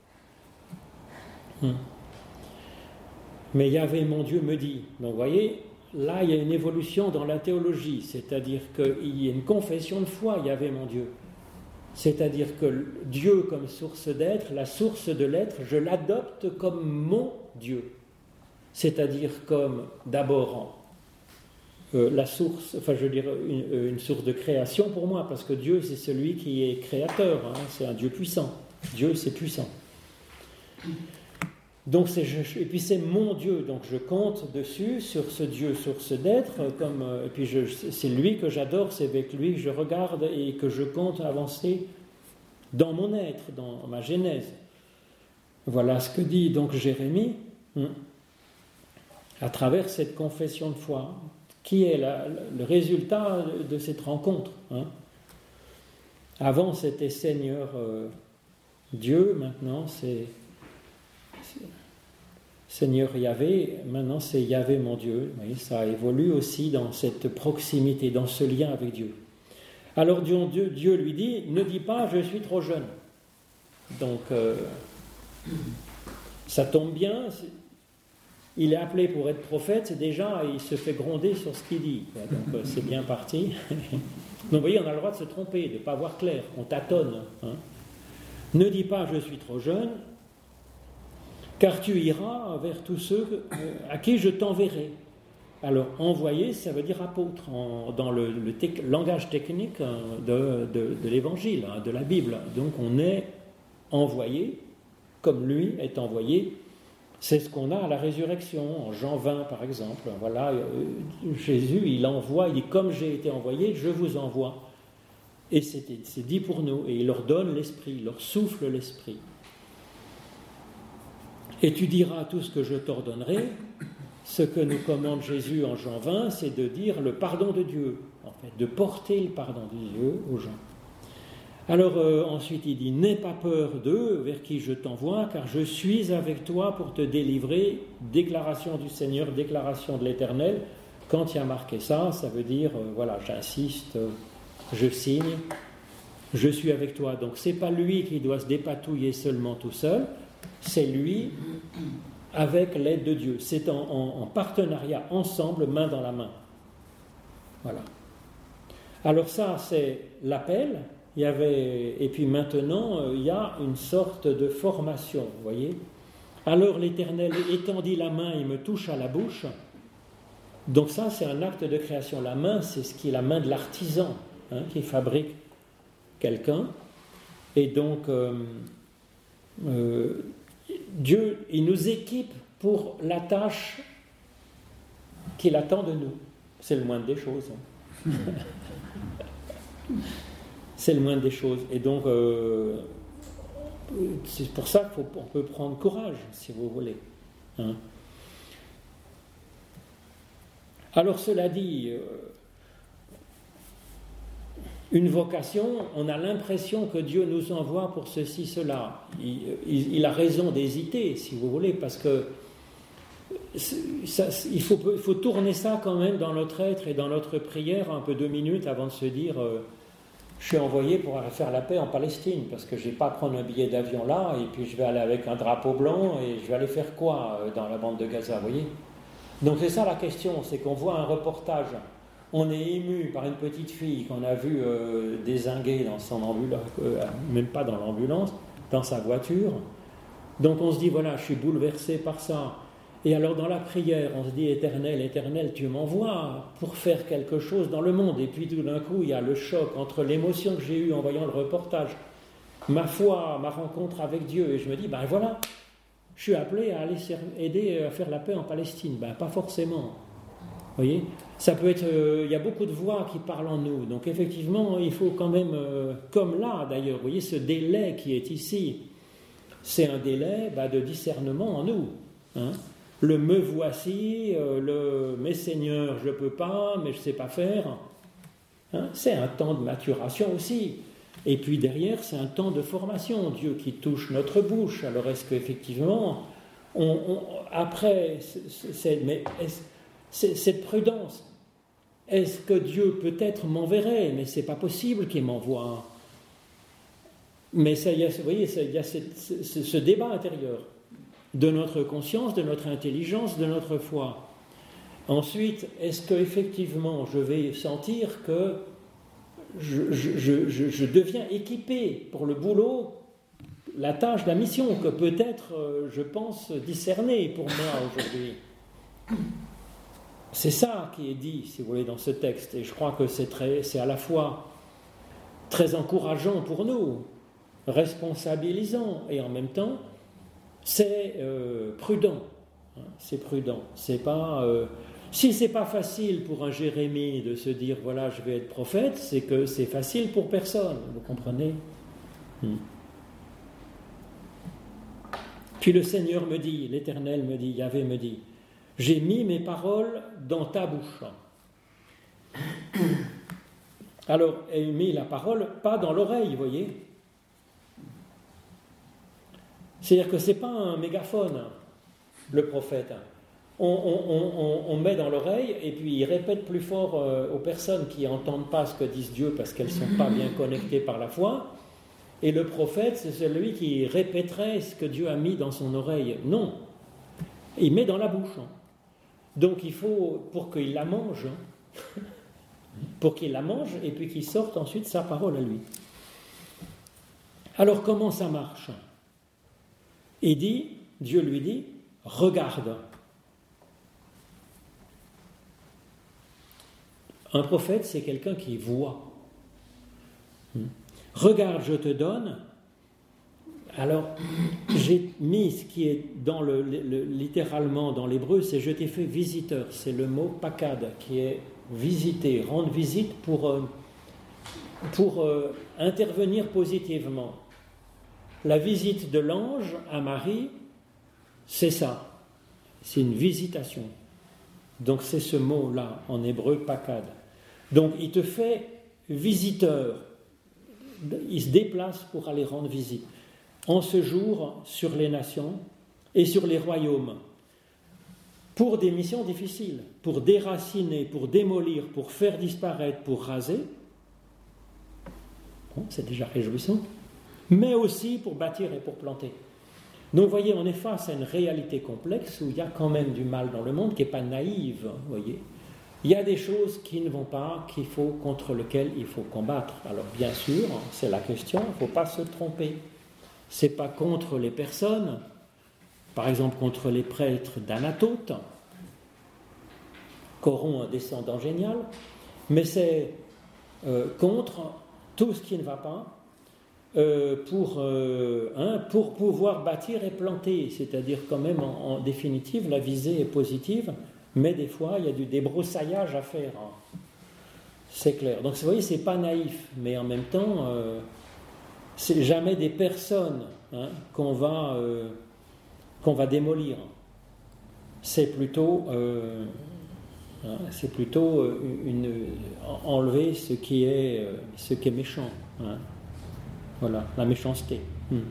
Hmm. Mais Yahvé mon Dieu me dit. Donc vous voyez, là il y a une évolution dans la théologie, c'est-à-dire qu'il y a une confession de foi, Yahvé mon Dieu. C'est-à-dire que Dieu comme source d'être, la source de l'être, je l'adopte comme mon Dieu. C'est-à-dire comme d'abord euh, la source, enfin je veux dire une, une source de création pour moi, parce que Dieu c'est celui qui est créateur, hein, c'est un Dieu puissant. Dieu c'est puissant. Donc c'est, je, et puis c'est mon Dieu, donc je compte dessus, sur ce Dieu, source d'être, comme, et puis je, c'est lui que j'adore, c'est avec lui que je regarde et que je compte avancer dans mon être, dans ma genèse. Voilà ce que dit donc Jérémie, à travers cette confession de foi, qui est la, le résultat de cette rencontre. Hein. Avant c'était Seigneur euh, Dieu, maintenant c'est... Seigneur Yahvé, maintenant c'est Yahvé mon Dieu. Vous voyez, ça évolue aussi dans cette proximité, dans ce lien avec Dieu. Alors Dieu, Dieu lui dit, ne dis pas je suis trop jeune. Donc euh, ça tombe bien, il est appelé pour être prophète, c'est déjà, il se fait gronder sur ce qu'il dit. Donc euh, c'est bien parti. Donc vous voyez, on a le droit de se tromper, de ne pas voir clair, on tâtonne. Hein. Ne dis pas je suis trop jeune. car tu iras vers tous ceux à qui je t'enverrai. Alors, envoyer, ça veut dire apôtre, en, dans le, le tec, langage technique de, de, de l'Évangile, hein, de la Bible. Donc, on est envoyé, comme lui est envoyé. C'est ce qu'on a à la résurrection, en Jean vingt, par exemple. Voilà, euh, Jésus, il envoie, il dit « Comme j'ai été envoyé, je vous envoie ». Et c'est, c'est dit pour nous. Et il leur donne l'Esprit, il leur souffle l'Esprit. Et tu diras tout ce que je t'ordonnerai. Ce que nous commande Jésus en Jean vingt, c'est de dire le pardon de Dieu, en fait, de porter le pardon de Dieu aux gens. Alors euh, ensuite il dit « N'aie pas peur d'eux vers qui je t'envoie, car je suis avec toi pour te délivrer. » Déclaration du Seigneur, déclaration de l'Éternel. Quand il y a marqué ça, ça veut dire, euh, voilà, j'insiste, euh, je signe, je suis avec toi. Donc c'est pas lui qui doit se dépatouiller seulement tout seul, c'est lui avec l'aide de Dieu. C'est en, en, en partenariat, ensemble, main dans la main. Voilà. Alors ça, c'est l'appel. Il y avait, et puis maintenant, euh, il y a une sorte de formation, vous voyez. Alors l'Éternel étendit la main, il me touche à la bouche. Donc ça, c'est un acte de création. La main, c'est ce qui est la main de l'artisan, hein, qui fabrique quelqu'un. Et donc, euh, euh, Dieu, il nous équipe pour la tâche qu'il attend de nous. C'est le moindre des choses. Hein. C'est le moindre des choses. Et donc, euh, c'est pour ça qu'on peut prendre courage, si vous voulez. Hein. Alors, cela dit, euh, une vocation, on a l'impression que Dieu nous envoie pour ceci, cela. Il, il, il a raison d'hésiter, si vous voulez, parce que ça, il, faut, il faut tourner ça quand même dans notre être et dans notre prière un peu deux minutes avant de se dire euh, je suis envoyé pour aller faire la paix en Palestine, parce que je ne vais pas prendre un billet d'avion là et puis je vais aller avec un drapeau blanc et je vais aller faire quoi dans la bande de Gaza, vous voyez. Donc c'est ça la question, c'est qu'on voit un reportage, on est ému par une petite fille qu'on a vue euh, dézinguer dans son ambulance, euh, même pas dans l'ambulance, dans sa voiture. Donc on se dit voilà, je suis bouleversé par ça. Et alors dans la prière, on se dit Éternel, Éternel, tu m'envoies pour faire quelque chose dans le monde. Et puis tout d'un coup, il y a le choc entre l'émotion que j'ai eue en voyant le reportage, ma foi, ma rencontre avec Dieu. Et je me dis, ben voilà, je suis appelé à aller aider à faire la paix en Palestine. Ben pas forcément. Vous voyez, ça peut être, euh, il y a beaucoup de voix qui parlent en nous. Donc effectivement, il faut quand même, euh, comme là d'ailleurs, vous voyez, ce délai qui est ici, c'est un délai ben, de discernement en nous. Hein. Le me voici, euh, le mais Seigneur, je ne peux pas, mais je ne sais pas faire. Hein, c'est un temps de maturation aussi. Et puis derrière, c'est un temps de formation. Dieu qui touche notre bouche. Alors est-ce qu'effectivement, on, on, après, c'est, c'est, mais c'est, cette prudence, est-ce que Dieu peut-être m'enverrait? Mais ce n'est pas possible qu'il m'envoie. Mais ça, y a, vous voyez, il y a cette, ce, ce débat intérieur de notre conscience, de notre intelligence, de notre foi. Ensuite, est-ce qu'effectivement je vais sentir que je, je, je, je deviens équipé pour le boulot, la tâche, la mission que peut-être je pense discerner pour moi aujourd'hui? C'est ça qui est dit, si vous voulez, dans ce texte. Et je crois que c'est, très, c'est à la fois très encourageant pour nous, responsabilisant, et en même temps, c'est euh, prudent. Hein, c'est prudent. C'est pas, euh, si c'est pas facile pour un Jérémie de se dire voilà, je vais être prophète, c'est que c'est facile pour personne. Vous comprenez? hmm. Puis le Seigneur me dit, l'Éternel me dit, Yahvé me dit, j'ai mis mes paroles dans ta bouche. Alors, il met la parole pas dans l'oreille, vous voyez. C'est-à-dire que ce n'est pas un mégaphone, le prophète. On, on, on, on met dans l'oreille et puis il répète plus fort euh, aux personnes qui n'entendent pas ce que dit Dieu parce qu'elles ne sont pas bien connectées par la foi. Et le prophète, c'est celui qui répéterait ce que Dieu a mis dans son oreille. Non, il met dans la bouche. Donc il faut, pour qu'il la mange, pour qu'il la mange et puis qu'il sorte ensuite sa parole à lui. Alors comment ça marche ? Il dit, Dieu lui dit, regarde. Un prophète, c'est quelqu'un qui voit. Regarde, je te donne. Alors, j'ai mis ce qui est dans le, le, littéralement dans l'hébreu, c'est je t'ai fait visiteur. C'est le mot pakad qui est visiter, rendre visite pour, euh, pour euh, intervenir positivement. La visite de l'ange à Marie, c'est ça. C'est une visitation. Donc, c'est ce mot-là en hébreu, pakad. Donc, il te fait visiteur. Il se déplace pour aller rendre visite. En ce jour, sur les nations et sur les royaumes, pour des missions difficiles, pour déraciner, pour démolir, pour faire disparaître, pour raser. Bon, c'est déjà réjouissant. Mais aussi pour bâtir et pour planter. Donc, vous voyez, on est face à une réalité complexe où il y a quand même du mal dans le monde qui n'est pas naïve, vous voyez. Il y a des choses qui ne vont pas, qu'il faut, contre lesquelles il faut combattre. Alors bien sûr, c'est la question, il ne faut pas se tromper. Ce n'est pas contre les personnes, par exemple contre les prêtres d'Anatote, qu'auront un descendant génial, mais c'est euh, contre tout ce qui ne va pas euh, pour, euh, hein, pour pouvoir bâtir et planter. C'est-à-dire quand même, en, en définitive, la visée est positive. Mais des fois, il y a du débroussaillage à faire. Hein. C'est clair. Donc, vous voyez, ce n'est pas naïf. Mais en même temps, euh, c'est jamais des personnes hein, qu'on, va, euh, qu'on va démolir. C'est plutôt, euh, hein, c'est plutôt une, une, enlever ce qui est, ce qui est méchant. Hein. Voilà, la méchanceté. Hmm.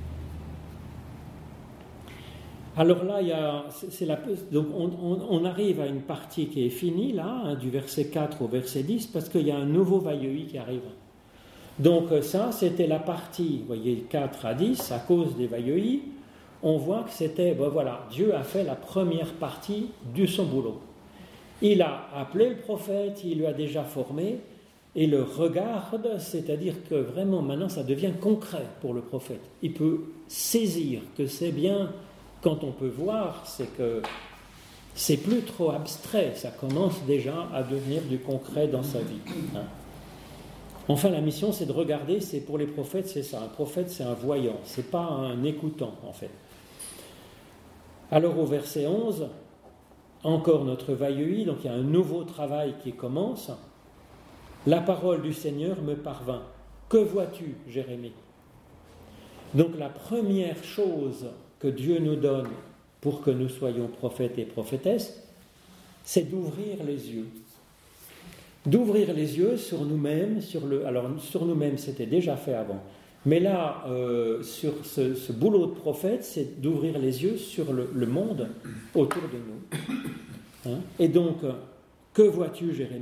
Alors là, il y a, c'est la, donc on, on, on arrive à une partie qui est finie, là, hein, du verset quatre au verset dix, parce qu'il y a un nouveau vailleuil qui arrive. Donc ça, c'était la partie, vous voyez, quatre à dix, à cause des vailleuils, on voit que c'était, ben voilà, Dieu a fait la première partie de son boulot. Il a appelé le prophète, il lui a déjà formé, et le regarde, c'est-à-dire que vraiment, maintenant, ça devient concret pour le prophète. Il peut saisir que c'est bien... Quand on peut voir, c'est que c'est plus trop abstrait, ça commence déjà à devenir du concret dans sa vie. Hein. Enfin, la mission, c'est de regarder, c'est pour les prophètes, c'est ça. Un prophète, c'est un voyant, c'est pas un écoutant, en fait. Alors, au verset onze, encore notre vailleuil, donc il y a un nouveau travail qui commence. La parole du Seigneur me parvint. Que vois-tu, Jérémie ? Donc, la première chose que Dieu nous donne pour que nous soyons prophètes et prophétesses, c'est d'ouvrir les yeux. D'ouvrir les yeux sur nous-mêmes, sur le... Alors, sur nous-mêmes, c'était déjà fait avant. Mais là, euh, sur ce, ce boulot de prophète, c'est d'ouvrir les yeux sur le, le monde autour de nous. Hein? Et donc, que vois-tu, Jérémie ?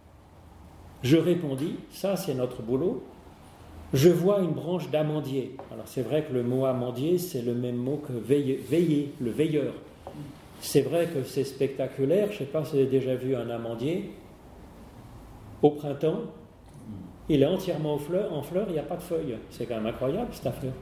Je répondis, ça c'est notre boulot. Je vois une branche d'amandier. Alors c'est vrai que le mot amandier, c'est le même mot que veiller, veiller, le veilleur. C'est vrai que c'est spectaculaire. Je ne sais pas si vous avez déjà vu un amandier. Au printemps, il est entièrement en fleurs, en fleurs, il n'y a pas de feuilles. C'est quand même incroyable cette affaire.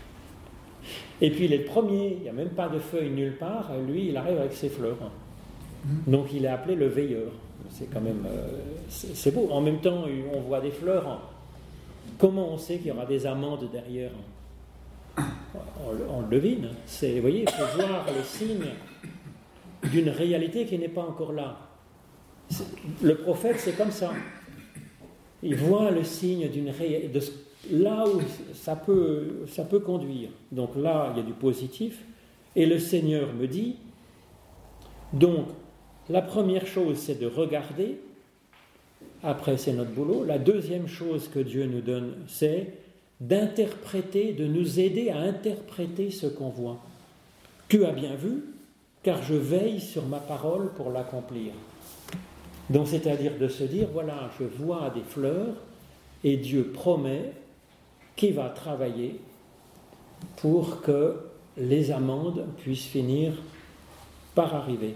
Et puis il est le premier, il n'y a même pas de feuilles nulle part. Lui, il arrive avec ses fleurs. Donc il est appelé le veilleur. C'est quand même, euh, c'est, c'est beau. En même temps, on voit des fleurs. Comment on sait qu'il y aura des amandes derrière ? On, on le devine. C'est, vous voyez, il faut voir le signe d'une réalité qui n'est pas encore là. C'est, le prophète, c'est comme ça. Il voit le signe d'une réalité, de là où ça peut, ça peut conduire. Donc là, il y a du positif. Et le Seigneur me dit, donc, la première chose, c'est de regarder. Après, c'est notre boulot. La deuxième chose que Dieu nous donne, c'est d'interpréter, de nous aider à interpréter ce qu'on voit. Tu as bien vu, car je veille sur ma parole pour l'accomplir. Donc, c'est-à-dire de se dire, voilà, je vois des fleurs et Dieu promet qu'il va travailler pour que les amandes puissent finir par arriver.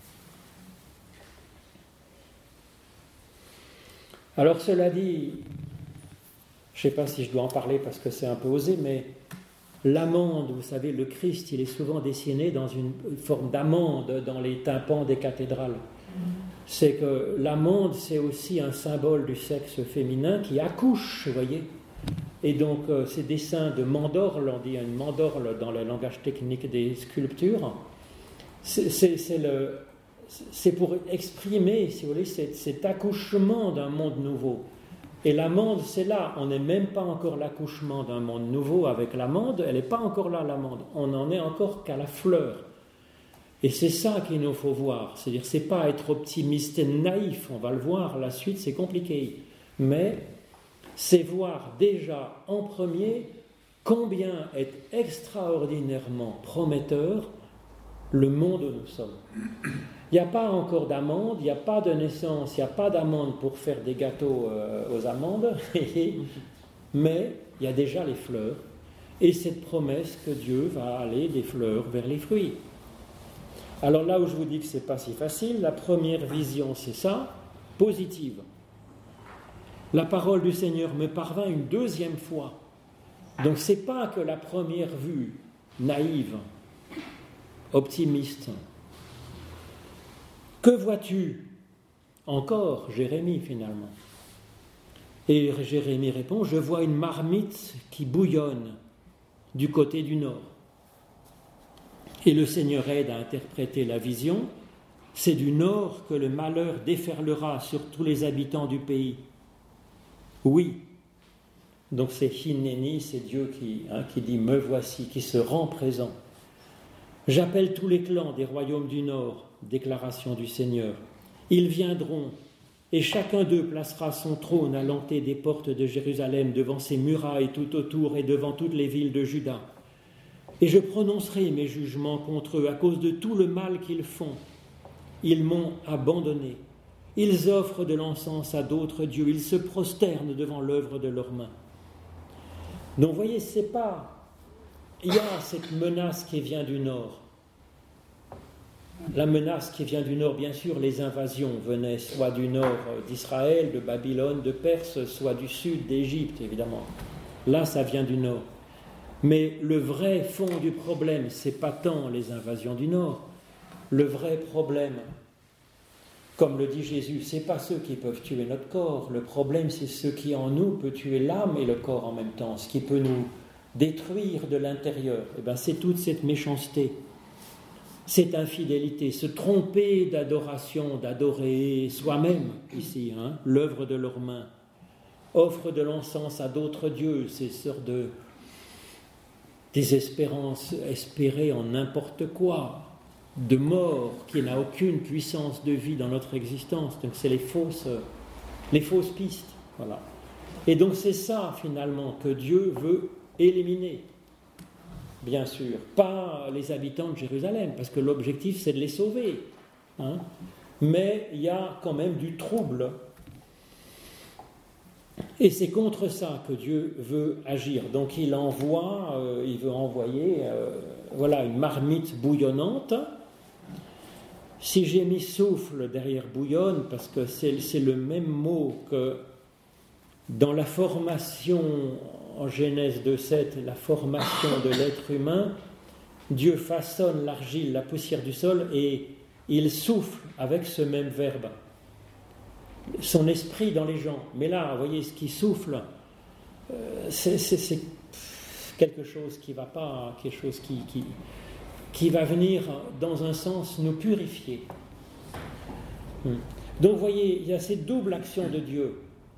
Alors cela dit, je ne sais pas si je dois en parler parce que c'est un peu osé, mais L'amande, vous savez, le Christ, il est souvent dessiné dans une forme d'amande dans les tympans des cathédrales. C'est que l'amande, c'est aussi un symbole du sexe féminin qui accouche, vous voyez. Et donc, euh, ces dessins de mandorle, on dit une mandorle dans le langage technique des sculptures, c'est, c'est, c'est, le, c'est pour exprimer, si vous voulez, cet, cet accouchement d'un monde nouveau. Et l'amande, c'est là, on n'est même pas encore l'accouchement d'un monde nouveau avec l'amande, elle n'est pas encore là, l'amande, on n'en est encore qu'à la fleur. Et c'est ça qu'il nous faut voir, c'est-à-dire, c'est pas être optimiste et naïf, on va le voir, la suite c'est compliqué, mais c'est voir déjà en premier combien est extraordinairement prometteur le monde où nous sommes. Il n'y a pas encore d'amande, il n'y a pas de naissance, il n'y a pas d'amande pour faire des gâteaux euh, aux amandes, mais il y a déjà les fleurs, et cette promesse que Dieu va aller des fleurs vers les fruits. Alors là où je vous dis que ce n'est pas si facile, la première vision c'est ça, positive. La parole du Seigneur me parvint une deuxième fois. Donc ce n'est pas que la première vue, naïve, optimiste. Que vois-tu encore, Jérémie, finalement? Et Jérémie répond, je vois une marmite qui bouillonne du côté du nord. Et le Seigneur aide à interpréter la vision. C'est du nord que le malheur déferlera sur tous les habitants du pays. Oui. Donc c'est Hineni, c'est Dieu qui, hein, qui dit « me voici », qui se rend présent. J'appelle tous les clans des royaumes du nord, déclaration du Seigneur. Ils viendront, et chacun d'eux placera son trône à l'entrée des portes de Jérusalem, devant ses murailles tout autour et devant toutes les villes de Juda. Et je prononcerai mes jugements contre eux à cause de tout le mal qu'ils font. Ils m'ont abandonné. Ils offrent de l'encens à d'autres dieux. Ils se prosternent devant l'œuvre de leurs mains. Donc, vous voyez, c'est pas... Il y a cette menace qui vient du nord. La menace qui vient du nord, bien sûr, les invasions venaient soit du nord d'Israël, de Babylone, de Perse, soit du sud d'Égypte, évidemment. Là, ça vient du nord. Mais le vrai fond du problème, c'est pas tant les invasions du nord. Le vrai problème, comme le dit Jésus, c'est pas ceux qui peuvent tuer notre corps. Le problème, c'est ce qui en nous peut tuer l'âme et le corps en même temps, ce qui peut nous détruire de l'intérieur. Eh bien, c'est toute cette méchanceté, cette infidélité, se tromper d'adoration, d'adorer soi-même ici, hein, l'œuvre de leurs mains, offre de l'encens à d'autres dieux, ces sortes de désespérance, espérer en n'importe quoi, de mort qui n'a aucune puissance de vie dans notre existence. Donc c'est les fausses, les fausses pistes, voilà. Et donc c'est ça finalement que Dieu veut éliminer. Bien sûr, pas les habitants de Jérusalem, parce que l'objectif c'est de les sauver, hein. Mais il y a quand même du trouble. Et c'est contre ça que Dieu veut agir. Donc il envoie, euh, il veut envoyer euh, voilà, une marmite bouillonnante. Si j'ai mis souffle derrière bouillonne, parce que c'est, c'est le même mot que dans la formation en Genèse deux sept, la formation de l'être humain, Dieu façonne l'argile, la poussière du sol, et il souffle avec ce même verbe son esprit dans les gens. Mais là, vous voyez, ce qui souffle, euh, c'est, c'est, c'est quelque chose qui ne va pas, quelque chose qui, qui, qui va venir, dans un sens, nous purifier. Donc, vous voyez, il y a cette double action de Dieu,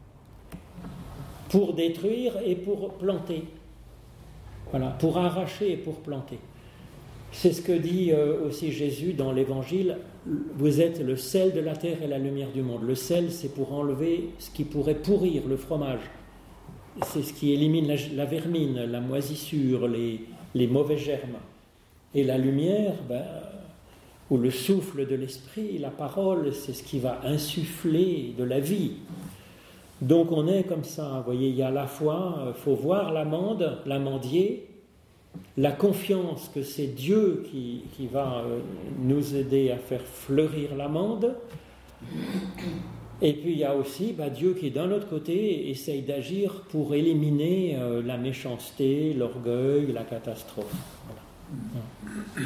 pour détruire et pour planter. Voilà, pour arracher et pour planter. C'est ce que dit euh, aussi Jésus dans l'Évangile. Vous êtes le sel de la terre et la lumière du monde. Le sel, c'est pour enlever ce qui pourrait pourrir le fromage. C'est ce qui élimine la, la vermine, la moisissure, les, les mauvais germes. Et la lumière, ben, ou le souffle de l'esprit, la parole, c'est ce qui va insuffler de la vie. Donc on est comme ça. Vous voyez, il y a à la fois, il faut voir l'amande, l'amandier, la confiance que c'est Dieu qui, qui va nous aider à faire fleurir l'amande, Et puis il y a aussi bah, Dieu qui, d'un autre côté, essaye d'agir pour éliminer euh, la méchanceté, l'orgueil, la catastrophe. Voilà.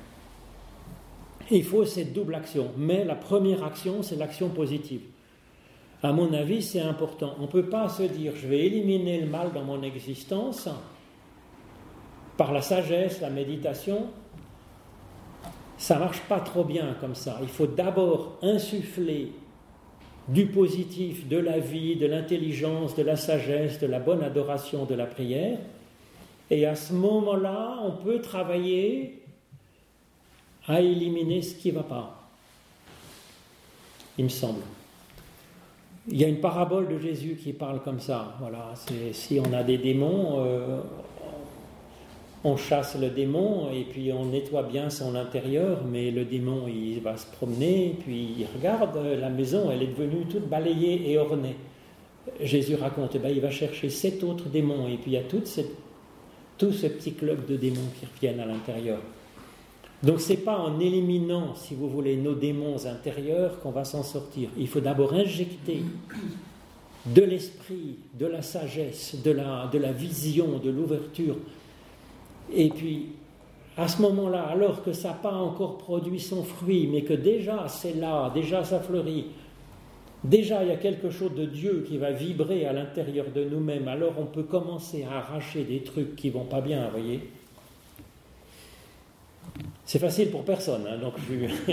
Il faut cette double action. Mais la première action, c'est l'action positive. À mon avis, c'est important. On ne peut pas se dire « je vais éliminer le mal dans mon existence » par la sagesse, la méditation. Ça ne marche pas trop bien comme ça. Il faut d'abord insuffler du positif, de la vie, de l'intelligence, de la sagesse, de la bonne adoration, de la prière. Et à ce moment-là, on peut travailler à éliminer ce qui ne va pas. Il me semble. Il y a une parabole de Jésus qui parle comme ça. Voilà, c'est, si on a des démons, euh, on chasse le démon et puis on nettoie bien son intérieur, mais le démon il va se promener, puis il regarde, la maison elle est devenue toute balayée et ornée. Jésus raconte, eh ben, il va chercher sept autres démons et puis il y a toute cette, tout ce petit club de démons qui reviennent à l'intérieur. Donc ce n'est pas en éliminant, si vous voulez, nos démons intérieurs qu'on va s'en sortir. Il faut d'abord injecter de l'esprit, de la sagesse, de la, de la vision, de l'ouverture. Et puis, à ce moment-là, alors que ça n'a pas encore produit son fruit, mais que déjà c'est là, déjà ça fleurit, déjà il y a quelque chose de Dieu qui va vibrer à l'intérieur de nous-mêmes, alors on peut commencer à arracher des trucs qui ne vont pas bien, vous voyez. C'est facile pour personne, hein, donc je,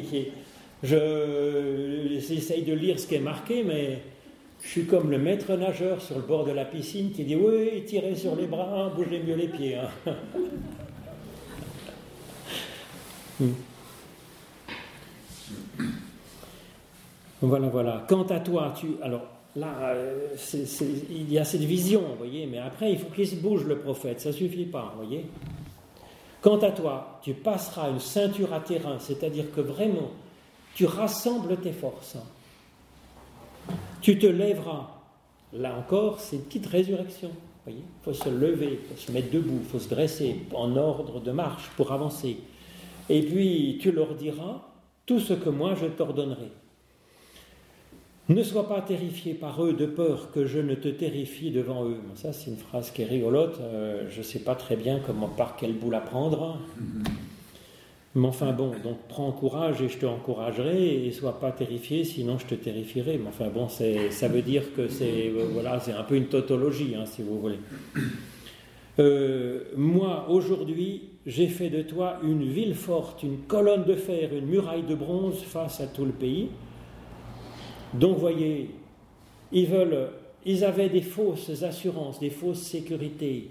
je, j'essaye de lire ce qui est marqué, mais je suis comme le maître nageur sur le bord de la piscine qui dit « Oui, tirez sur les bras, bougez mieux les pieds. Hein. » hmm. Voilà, voilà. Quant à toi, tu... Alors là, c'est, c'est, il y a cette vision, vous voyez, mais après, il faut qu'il se bouge le prophète, ça ne suffit pas, vous voyez. Quant à toi, tu passeras une ceinture à terrain, c'est-à-dire que vraiment, tu rassembles tes forces. Tu te lèveras. Là encore, c'est une petite résurrection. Il faut se lever, il faut se mettre debout, il faut se dresser en ordre de marche pour avancer. Et puis, tu leur diras tout ce que moi je t'ordonnerai. Ne sois pas terrifié par eux de peur que je ne te terrifie devant eux. Ça, c'est une phrase qui est rigolote. Euh, je ne sais pas très bien comment, par quel bout la prendre. Mm-hmm. Mais enfin bon, donc prends courage et je te encouragerai et sois pas terrifié, sinon je te terrifierai. Mais enfin bon, c'est, ça veut dire que c'est, euh, voilà, c'est un peu une tautologie, hein, si vous voulez. Euh, moi, aujourd'hui, j'ai fait de toi une ville forte, une colonne de fer, une muraille de bronze face à tout le pays. Donc, voyez, ils veulent, ils avaient des fausses assurances, des fausses sécurités.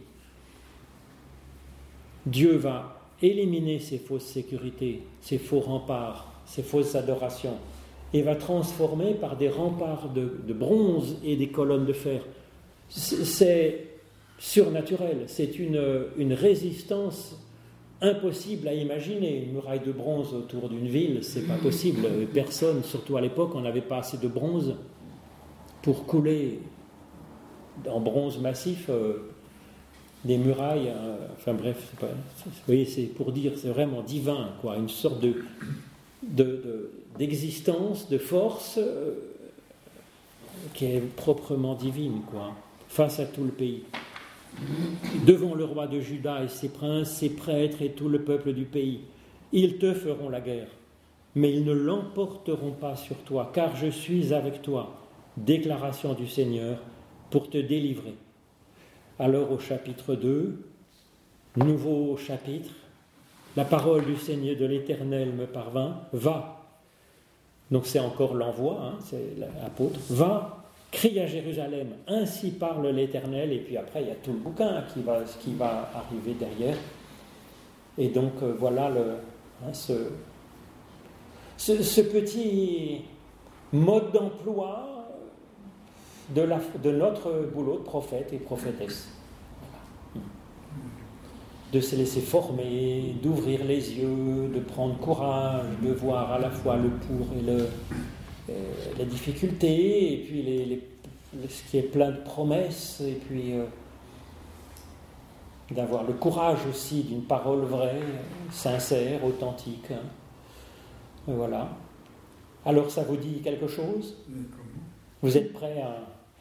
Dieu va éliminer ces fausses sécurités, ces faux remparts, ces fausses adorations, et va transformer par des remparts de, de bronze et des colonnes de fer. C'est, c'est surnaturel, c'est une, une résistance impossible à imaginer. Une muraille de bronze autour d'une ville, c'est pas possible. Personne, surtout à l'époque, on n'avait pas assez de bronze pour couler en bronze massif euh, des murailles. Euh, enfin bref, c'est pas, c'est, vous voyez, c'est pour dire, c'est vraiment divin, quoi, une sorte de, de, de d'existence, de force euh, qui est proprement divine, quoi, face à tout le pays. Devant le roi de Juda et ses princes, ses prêtres et tout le peuple du pays, ils te feront la guerre, mais ils ne l'emporteront pas sur toi, car je suis avec toi. Déclaration du Seigneur pour te délivrer. Alors au chapitre deux, nouveau chapitre, la parole du Seigneur de l'Éternel me parvint, va. Donc c'est encore l'envoi, hein, c'est l'apôtre, va. Crie à Jérusalem, ainsi parle l'Éternel, et puis après il y a tout le bouquin qui va, qui va arriver derrière. Et donc euh, voilà le, hein, ce, ce, ce petit mode d'emploi de, la, de notre boulot de prophète et prophétesse. Voilà. De se laisser former, d'ouvrir les yeux, de prendre courage, de voir à la fois le pour et le... Euh, les difficultés, et puis les, les, ce qui est plein de promesses, et puis euh, d'avoir le courage aussi d'une parole vraie, sincère, authentique. Hein. Voilà. Alors ça vous dit quelque chose? Vous êtes prêts à,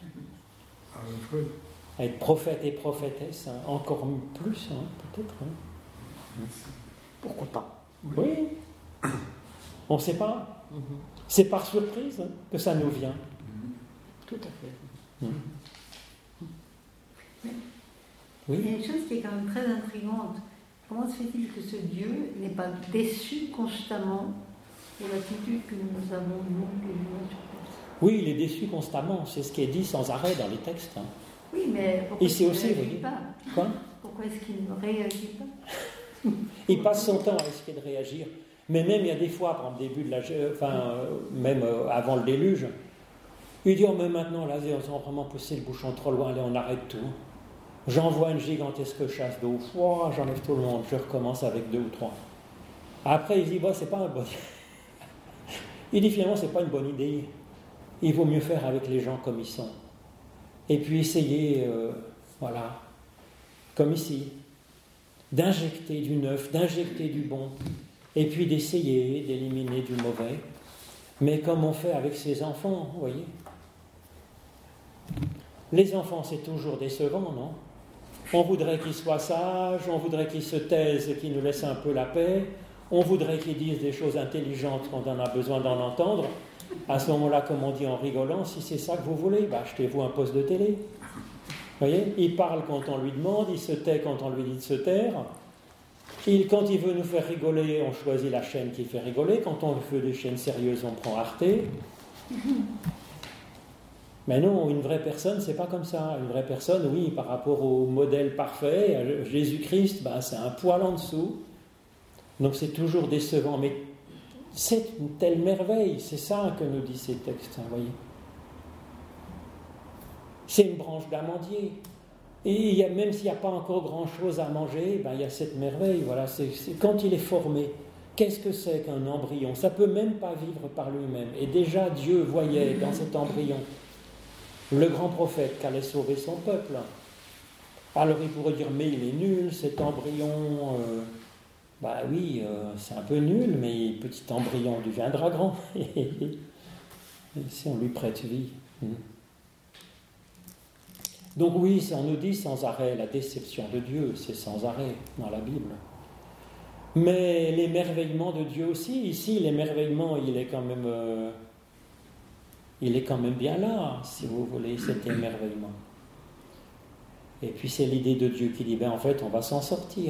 à être prophète et prophétesse, hein, encore plus, hein, peut-être hein. Pourquoi pas? Oui. oui. On ne sait pas. Mm-hmm. C'est par surprise hein, que ça nous vient. Mm-hmm. Tout à fait. Mm-hmm. Oui. Il y a une chose qui est quand même très intrigante. Comment se fait-il que ce Dieu n'est pas déçu constamment de l'attitude que nous avons, nous, les humains sur place? Oui, il est déçu constamment. C'est ce qui est dit sans arrêt dans les textes. Hein. Oui, mais pourquoi Ici il aussi, ne réagit oui. pas? Quoi? Pourquoi est-ce qu'il ne réagit pas? Il passe son temps à essayer de réagir. Mais même, il y a des fois, par exemple, début de la... Enfin, euh, même euh, avant le déluge, il dit, oh, mais maintenant, là, on a vraiment poussé le bouchon trop loin, allez, on arrête tout. J'envoie une gigantesque chasse d'eau, oh, j'enlève tout le monde, je recommence avec deux ou trois. Après, il dit, bon, c'est pas un bon... il dit, finalement, c'est pas une bonne idée. Il vaut mieux faire avec les gens comme ils sont. Et puis essayer, euh, voilà, comme ici, d'injecter du neuf, d'injecter du bon, et puis d'essayer d'éliminer du mauvais. Mais comme on fait avec ses enfants, vous voyez. Les enfants, c'est toujours décevant, non? On voudrait qu'ils soient sages, on voudrait qu'ils se taisent et qu'ils nous laissent un peu la paix, on voudrait qu'ils disent des choses intelligentes quand on a besoin d'en entendre. À ce moment-là, comme on dit en rigolant, si c'est ça que vous voulez, bah, achetez-vous un poste de télé. Vous voyez, il parle quand on lui demande, il se tait quand on lui dit de se taire. Il, quand il veut nous faire rigoler, on choisit la chaîne qui fait rigoler. Quand on veut des chaînes sérieuses, on prend Arte. Mais non, une vraie personne, c'est pas comme ça. Une vraie personne, oui, par rapport au modèle parfait, Jésus-Christ, bah, c'est un poil en dessous. Donc c'est toujours décevant. Mais c'est une telle merveille, c'est ça que nous disent ces textes, vous voyez. C'est une branche d'amandier. Et il y a, même s'il n'y a pas encore grand-chose à manger, ben, il y a cette merveille. Voilà, c'est, c'est, quand il est formé, qu'est-ce que c'est qu'un embryon? Ça ne peut même pas vivre par lui-même. Et déjà, Dieu voyait dans cet embryon le grand prophète qui allait sauver son peuple. Alors il pourrait dire, mais il est nul, cet embryon... Euh, bah oui, euh, c'est un peu nul, mais petit embryon deviendra grand. Et si on lui prête vie. Donc oui, on nous dit sans arrêt la déception de Dieu, c'est sans arrêt dans la Bible. Mais l'émerveillement de Dieu aussi, ici l'émerveillement, il est quand même, euh, il est quand même bien là, si vous voulez, cet émerveillement. Et puis c'est l'idée de Dieu qui dit, ben en fait, on va s'en sortir.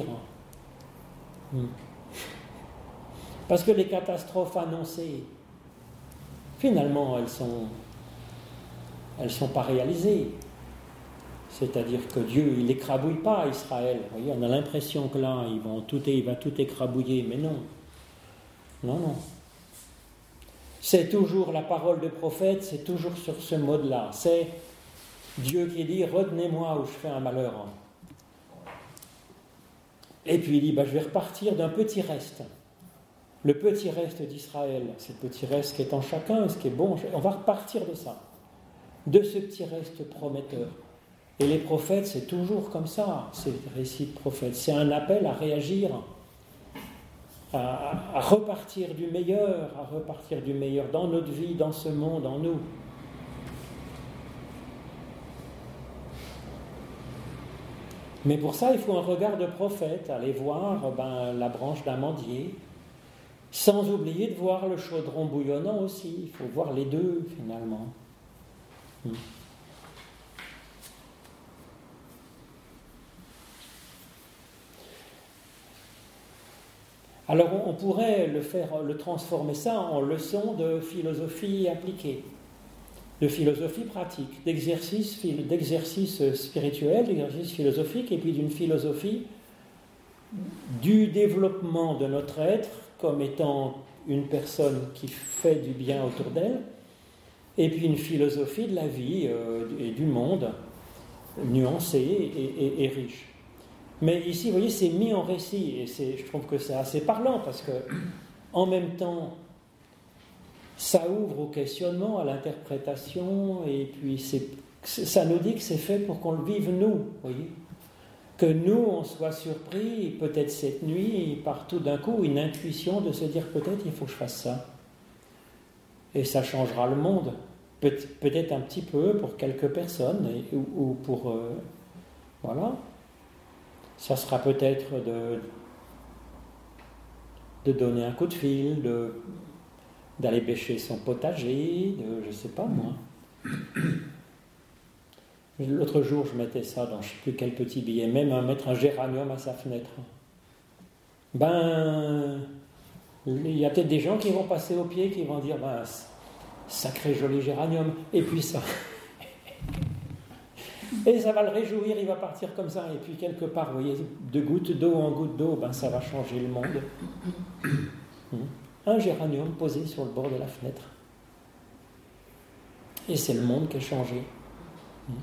Parce que les catastrophes annoncées, finalement, elles sont, elles sont pas réalisées. C'est-à-dire que Dieu, il écrabouille pas Israël. Vous voyez, on a l'impression que là, ils vont tout, il va tout écrabouiller, mais non. Non, non. C'est toujours la parole de prophète, c'est toujours sur ce mode-là. C'est Dieu qui dit, retenez-moi ou je fais un malheur. Et puis il dit, bah, je vais repartir d'un petit reste. Le petit reste d'Israël, c'est le petit reste qui est en chacun, ce qui est bon, on va repartir de ça. De ce petit reste prometteur. Et les prophètes, c'est toujours comme ça, ces récits de prophètes. C'est un appel à réagir, à, à repartir du meilleur, à repartir du meilleur dans notre vie, dans ce monde, en nous. Mais pour ça, il faut un regard de prophète, aller voir ben, la branche d'amandier, sans oublier de voir le chaudron bouillonnant aussi. Il faut voir les deux, finalement. Hmm. Alors on pourrait le faire, le transformer ça en leçon de philosophie appliquée, de philosophie pratique, d'exercice, d'exercice spirituel, d'exercice philosophique, et puis d'une philosophie du développement de notre être comme étant une personne qui fait du bien autour d'elle, et puis une philosophie de la vie euh, et du monde nuancée et, et, et riche. Mais ici, vous voyez, c'est mis en récit, et c'est, je trouve que c'est assez parlant, parce que, en même temps, ça ouvre au questionnement, à l'interprétation, et puis c'est, ça nous dit que c'est fait pour qu'on le vive nous, vous voyez. Que nous, on soit surpris, peut-être cette nuit, par tout d'un coup, une intuition de se dire, peut-être il faut que je fasse ça. et ça changera le monde. Peut- peut-être un petit peu pour quelques personnes, et, ou, ou pour... Euh, voilà. Ça sera peut-être de, de donner un coup de fil, de, d'aller bêcher son potager, de, je ne sais pas moi. L'autre jour, je mettais ça dans je ne sais plus quel petit billet, même à mettre un géranium à sa fenêtre. Ben, il y a peut-être des gens qui vont passer au pied, qui vont dire, ben, sacré joli géranium, et puis ça. Et ça va le réjouir, il va partir comme ça, et puis quelque part, vous voyez, de goutte d'eau en goutte d'eau, ben, ça va changer le monde. Un géranium posé sur le bord de la fenêtre. Et c'est le monde qui a changé.